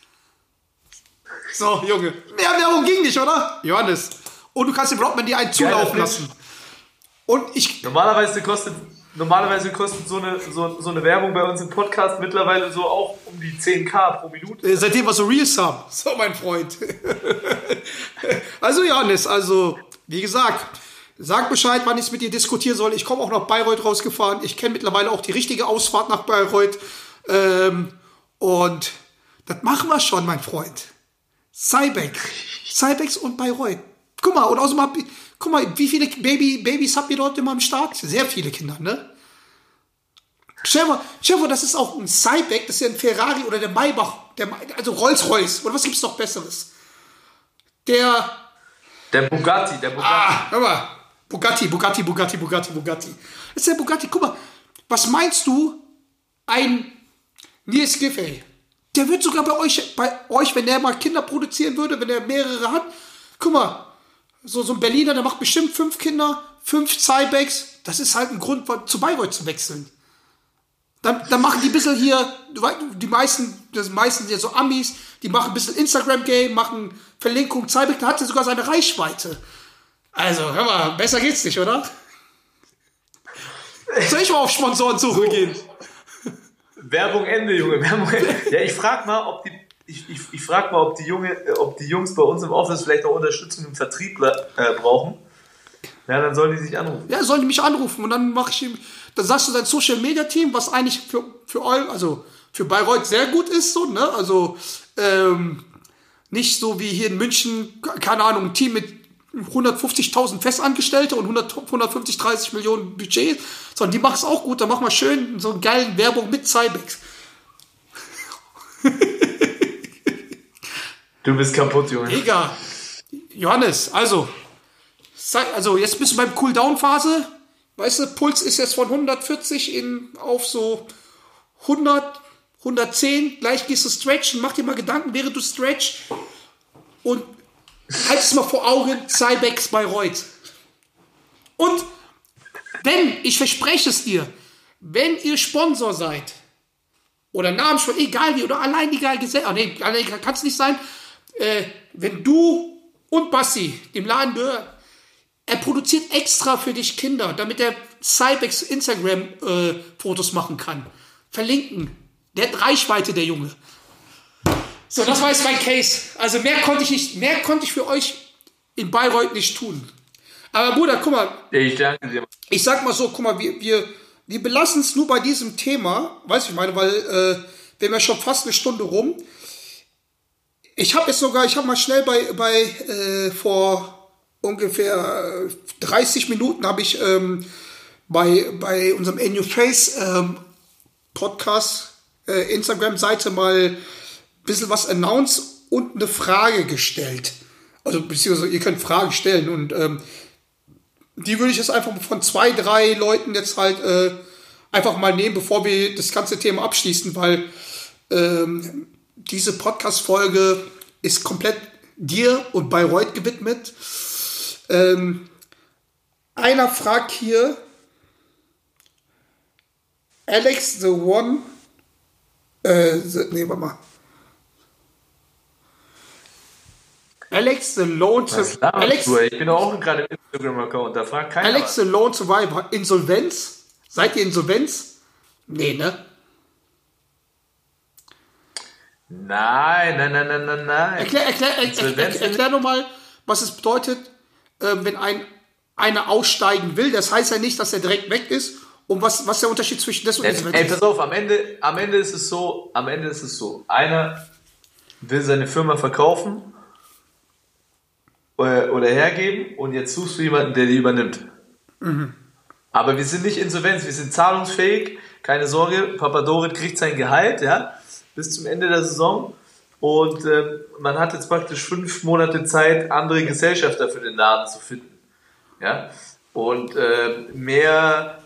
So, Junge. Mehr Werbung ging nicht, oder? Johannes. Und du kannst dem Rodman dir einen zulaufen lassen. Und ich... Normalerweise kostet so eine Werbung bei uns im Podcast mittlerweile so auch um die 10.000 pro Minute. Seitdem wir so Reels haben. So, mein Freund. Also, Johannes, wie gesagt, sag Bescheid, wann ich mit dir diskutieren soll. Ich komme auch nach Bayreuth rausgefahren. Ich kenne mittlerweile auch die richtige Ausfahrt nach Bayreuth. Und das machen wir schon, mein Freund. Cybex und Bayreuth. Guck mal, und außerdem wie viele Babys habt ihr dort immer am Start? Sehr viele Kinder, ne? Stell dir vor, das ist auch ein Cybeck, das ist ja ein Ferrari oder der Maybach, also Rolls-Royce. Oder was gibt's noch Besseres? Der Bugatti. Hör mal. Bugatti. Das ist der Bugatti. Guck mal, was meinst du? Ein Nils Giffey, der wird sogar bei euch, wenn der mal Kinder produzieren würde, wenn er mehrere hat, guck mal, so ein Berliner, der macht bestimmt 5 Kinder, 5 Cybex, das ist halt ein Grund, zu Bayreuth zu wechseln. Dann machen die ein bisschen hier, die meisten sind so Amis, die machen ein bisschen Instagram-Game, machen Verlinkung, Cybex, da hat er sogar seine Reichweite. Also, hör mal, besser geht's nicht, oder? Soll ich mal auf Sponsorensuche gehen? Werbung Ende, Junge. Werbung Ende. Ja, ich frag mal, ob die Jungs bei uns im Office vielleicht noch Unterstützung im Vertrieb brauchen. Ja, dann sollen die sich anrufen. Ja, sollen die mich anrufen und dann dann sagst du dein Social Media Team, was eigentlich für euch, also für Bayreuth sehr gut ist, so, ne? Also, nicht so wie hier in München, keine Ahnung, ein Team mit 150.000 Festangestellte und 30 Millionen Budget, sondern die machen es auch gut, dann machen wir schön so eine geile Werbung mit Cybex. Du bist kaputt, Junge. Egal. Johannes, also jetzt bist du beim Cooldown-Phase, weißt du, Puls ist jetzt von 140 auf so 100, 110, gleich gehst du stretchen, mach dir mal Gedanken, während du stretch und halt es mal vor Augen, Cybex Bayreuth. Und ich verspreche es dir, wenn ihr Sponsor seid, oder Namenssponsor, egal wie, oder alleiniger Gesellschaft, alleiniger kann es nicht sein, wenn du und Bassi dem Laden gehört, er produziert extra für dich Kinder, damit er Cybex Instagram Fotos machen kann. Verlinken. Der hat Reichweite, der Junge. So, das war jetzt mein Case. Also mehr konnte ich für euch in Bayreuth nicht tun. Aber Bruder, guck mal. Ich danke dir. Ich sag mal so, guck mal, wir belassen es nur bei diesem Thema, weißt du, ich meine, weil wir haben ja schon fast eine Stunde rum. Ich habe mal schnell vor ungefähr 30 Minuten habe ich bei unserem In Your Face Podcast Instagram-Seite mal ein bisschen was announced und eine Frage gestellt. Also beziehungsweise ihr könnt Fragen stellen und die würde ich jetzt einfach von 2, 3 Leuten jetzt halt einfach mal nehmen, bevor wir das ganze Thema abschließen, weil diese Podcast-Folge ist komplett dir und Bayreuth gewidmet. Einer fragt hier, Alex the One, warte mal. Alex the Lone Survivor. Ich bin auch gerade im Instagram-Account, da fragt keiner. Alex the Lone Survivor. Insolvenz? Seid ihr Insolvenz? Nee, ne? Nein. Erklär nochmal, was es bedeutet, wenn einer aussteigen will. Das heißt ja nicht, dass er direkt weg ist. Und was der Unterschied zwischen das und Insolvenz ist? Pass auf, am Ende ist es so, einer will seine Firma verkaufen oder hergeben und jetzt suchst du jemanden, der die übernimmt. Aber wir sind nicht insolvenz, wir sind zahlungsfähig, keine Sorge, Papa Dorit kriegt sein Gehalt, ja, bis zum Ende der Saison und man hat jetzt praktisch 5 Monate Zeit, andere Gesellschafter für den Laden zu finden. Ja? Und mehr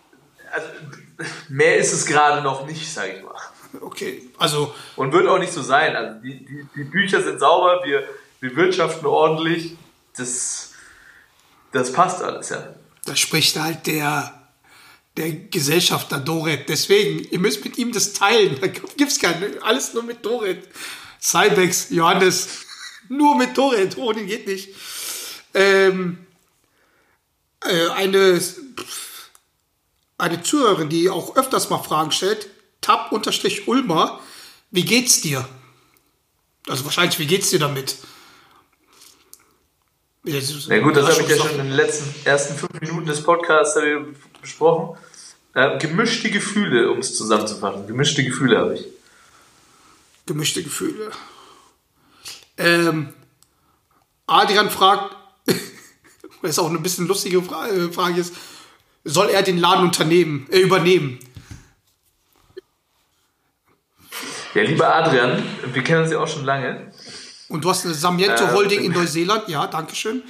ist es gerade noch nicht, sage ich mal. Okay, also... Und wird auch nicht so sein. Also die Bücher sind sauber, wir wirtschaften ordentlich, das passt alles, ja. Da spricht halt der Gesellschafter Doret. Deswegen, ihr müsst mit ihm das teilen. Da gibt's keinen, alles nur mit Doret. Cybex, Johannes, nur mit Doret, ohne geht nicht. Eine Zuhörerin, die auch öfters mal Fragen stellt, tab_Ulmer, wie geht's dir? Also wahrscheinlich, wie geht's dir damit? Na gut, das habe ich ja schon in den ersten 5 Minuten des Podcasts besprochen. Gemischte Gefühle, um es zusammenzufassen. Gemischte Gefühle habe ich. Gemischte Gefühle. Adrian fragt, das ist auch eine bisschen lustige Frage ist, soll er den Laden übernehmen? Ja, lieber Adrian, wir kennen uns ja auch schon lange. Und du hast eine Samiento Holding in Neuseeland, ja, dankeschön.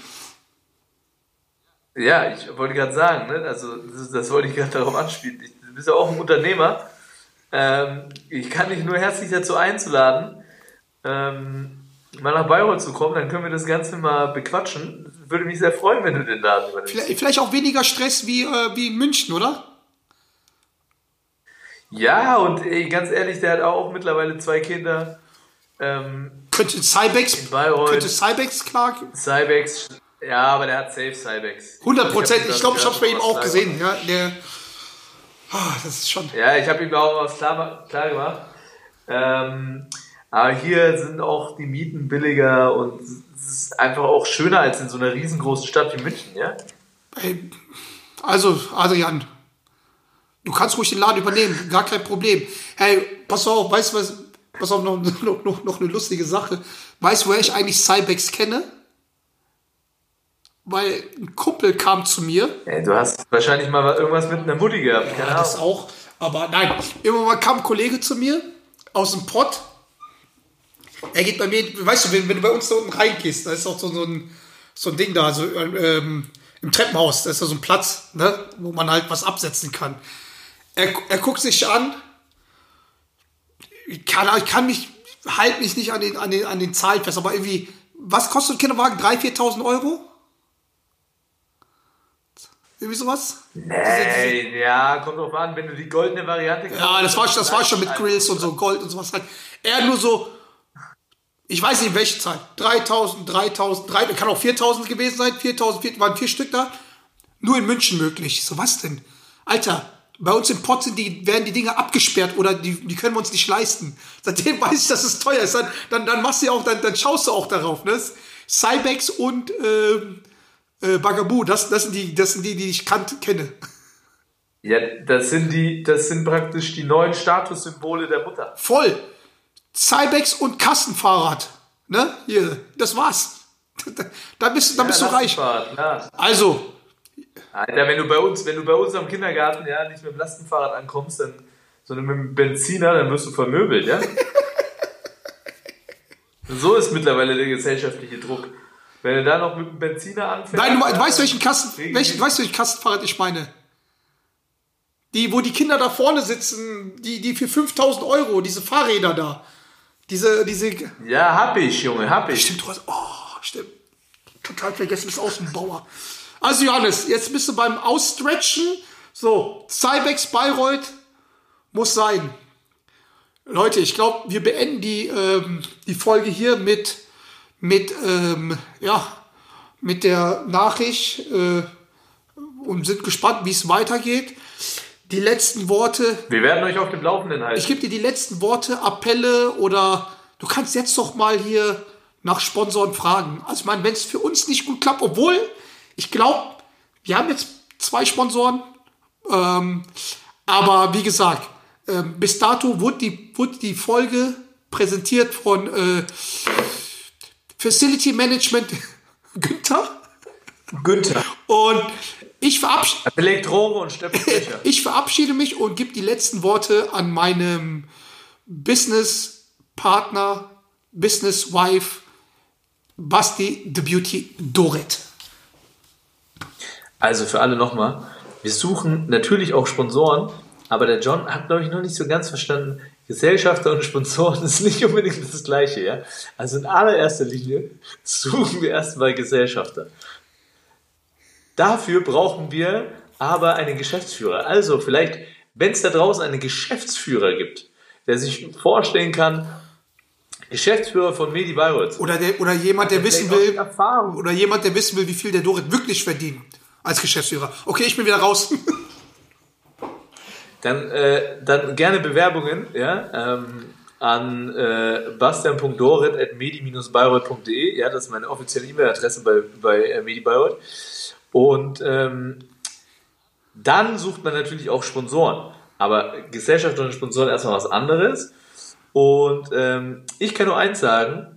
Ja, ich wollte gerade sagen, ne? Also das wollte ich gerade darauf anspielen. Du bist ja auch ein Unternehmer. Ich kann dich nur herzlich dazu einzuladen, mal nach Bayreuth zu kommen, dann können wir das Ganze mal bequatschen. Würde mich sehr freuen, wenn du den Laden übernimmst. Vielleicht auch weniger Stress wie in München, oder? Ja, und ganz ehrlich, der hat auch mittlerweile 2 Kinder. Könnte Cybex klagen? Cybex, ja, aber der hat safe Cybex. 100%, ich glaube, ich habe es bei ihm auch gesehen. Ja, das ist schon... Ja, ich habe ihm auch was klar gemacht. Aber hier sind auch die Mieten billiger und es ist einfach auch schöner als in so einer riesengroßen Stadt wie München, ja? Hey, also, Adrian, du kannst ruhig den Laden übernehmen, gar kein Problem. Hey, pass auf, weißt du was? Pass auf, noch eine lustige Sache. Weißt du, woher ich eigentlich Cybex kenne? Weil ein Kumpel kam zu mir. Hey, du hast wahrscheinlich mal irgendwas mit einer Mutti gehabt. Ja, das auch. Aber nein, irgendwann mal kam ein Kollege zu mir aus dem Pott. Er geht bei mir, weißt du, wenn du bei uns da unten reingehst, da ist auch so ein Ding da, so im Treppenhaus, da ist da so ein Platz, ne, wo man halt was absetzen kann. Er guckt sich an, ich halte mich nicht an den Zahlen fest, aber irgendwie, was kostet ein Kinderwagen? 3.000, 4.000 Euro? Irgendwie sowas? Nee, ja, kommt drauf an, wenn du die goldene Variante kaufst. Ja, das war schon mit Grills und so, Gold und sowas halt. Er nur so, ich weiß nicht, welche Zahl. 3.000, kann auch 4.000 gewesen sein. 4.000, waren 4 Stück da. Nur in München möglich. So, was denn? Alter, bei uns im Pott werden die Dinger abgesperrt oder die können wir uns nicht leisten. Seitdem weiß ich, dass es teuer ist. Dann machst du auch, dann schaust du auch darauf. Ne? Cybex und Bagaboo, das sind die ich kenne. Ja, das sind praktisch die neuen Statussymbole der Mutter. Voll. Cybex und Kassenfahrrad. Ne? Hier, das war's. Da bist du reich. Ja. Also. Alter, wenn du bei uns am Kindergarten ja nicht mit dem Lastenfahrrad ankommst, sondern mit dem Benziner, dann wirst du vermöbelt, ja? So ist mittlerweile der gesellschaftliche Druck. Wenn du da noch mit dem Benziner anfängst... Nein, weißt du, welchen Kassenfahrrad ich meine? Wo die Kinder da vorne sitzen, die für 5.000 Euro, diese Fahrräder da. Diese, Ja, hab ich, Junge, hab ich. stimmt, stimmt. Total vergessen, ist Außenbauer. Also Johannes, jetzt bist du beim Ausstretchen. So, Cybex Bayreuth muss sein. Leute, ich glaube, wir beenden die Folge hier mit der Nachricht und sind gespannt, wie es weitergeht. Die letzten Worte. Wir werden euch auf dem Laufenden halten. Ich gebe dir die letzten Worte, Appelle oder du kannst jetzt doch mal hier nach Sponsoren fragen. Also ich meine, wenn es für uns nicht gut klappt, obwohl ich glaube, wir haben jetzt 2 Sponsoren, aber wie gesagt, bis dato wurde die Folge präsentiert von Facility Management Günther. Und ich Elektronen und Stöpselbecher. Ich verabschiede mich und gebe die letzten Worte an meinem Business-Partner, Business-Wife, Basti the Beauty Doret. Also für alle nochmal, wir suchen natürlich auch Sponsoren, aber der John hat, glaube ich, noch nicht so ganz verstanden, Gesellschafter und Sponsoren ist nicht unbedingt das Gleiche, ja. Also in allererster Linie suchen wir erstmal Gesellschafter. Dafür brauchen wir aber einen Geschäftsführer. Also vielleicht, wenn es da draußen einen Geschäftsführer gibt, der sich vorstellen kann, Geschäftsführer von Medi Bayreuth. Oder jemand, der wissen will, Erfahrung. oder jemand, der wissen will, wie viel der Doret wirklich verdient als Geschäftsführer. Okay, ich bin wieder raus. Dann gerne Bewerbungen, ja, an bastian.doret@medi-bayreuth.de. Ja, das ist meine offizielle E-Mail-Adresse bei Medi Bayreuth. Und dann sucht man natürlich auch Sponsoren. Aber Gesellschaft und Sponsoren erstmal was anderes. Und ich kann nur eins sagen,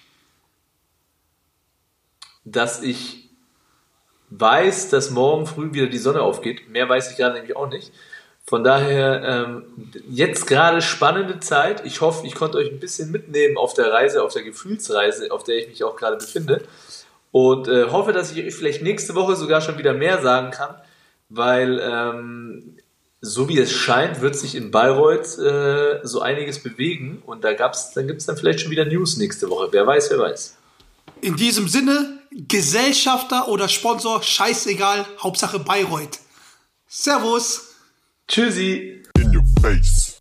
dass ich weiß, dass morgen früh wieder die Sonne aufgeht. Mehr weiß ich gerade nämlich auch nicht. Von daher jetzt gerade spannende Zeit. Ich hoffe, ich konnte euch ein bisschen mitnehmen auf der Reise, auf der Gefühlsreise, auf der ich mich auch gerade befinde. Und hoffe, dass ich euch vielleicht nächste Woche sogar schon wieder mehr sagen kann, weil so wie es scheint, wird sich in Bayreuth so einiges bewegen und dann gibt es dann vielleicht schon wieder News nächste Woche. Wer weiß, wer weiß. In diesem Sinne, Gesellschafter oder Sponsor, scheißegal, Hauptsache Bayreuth. Servus. Tschüssi. In your face.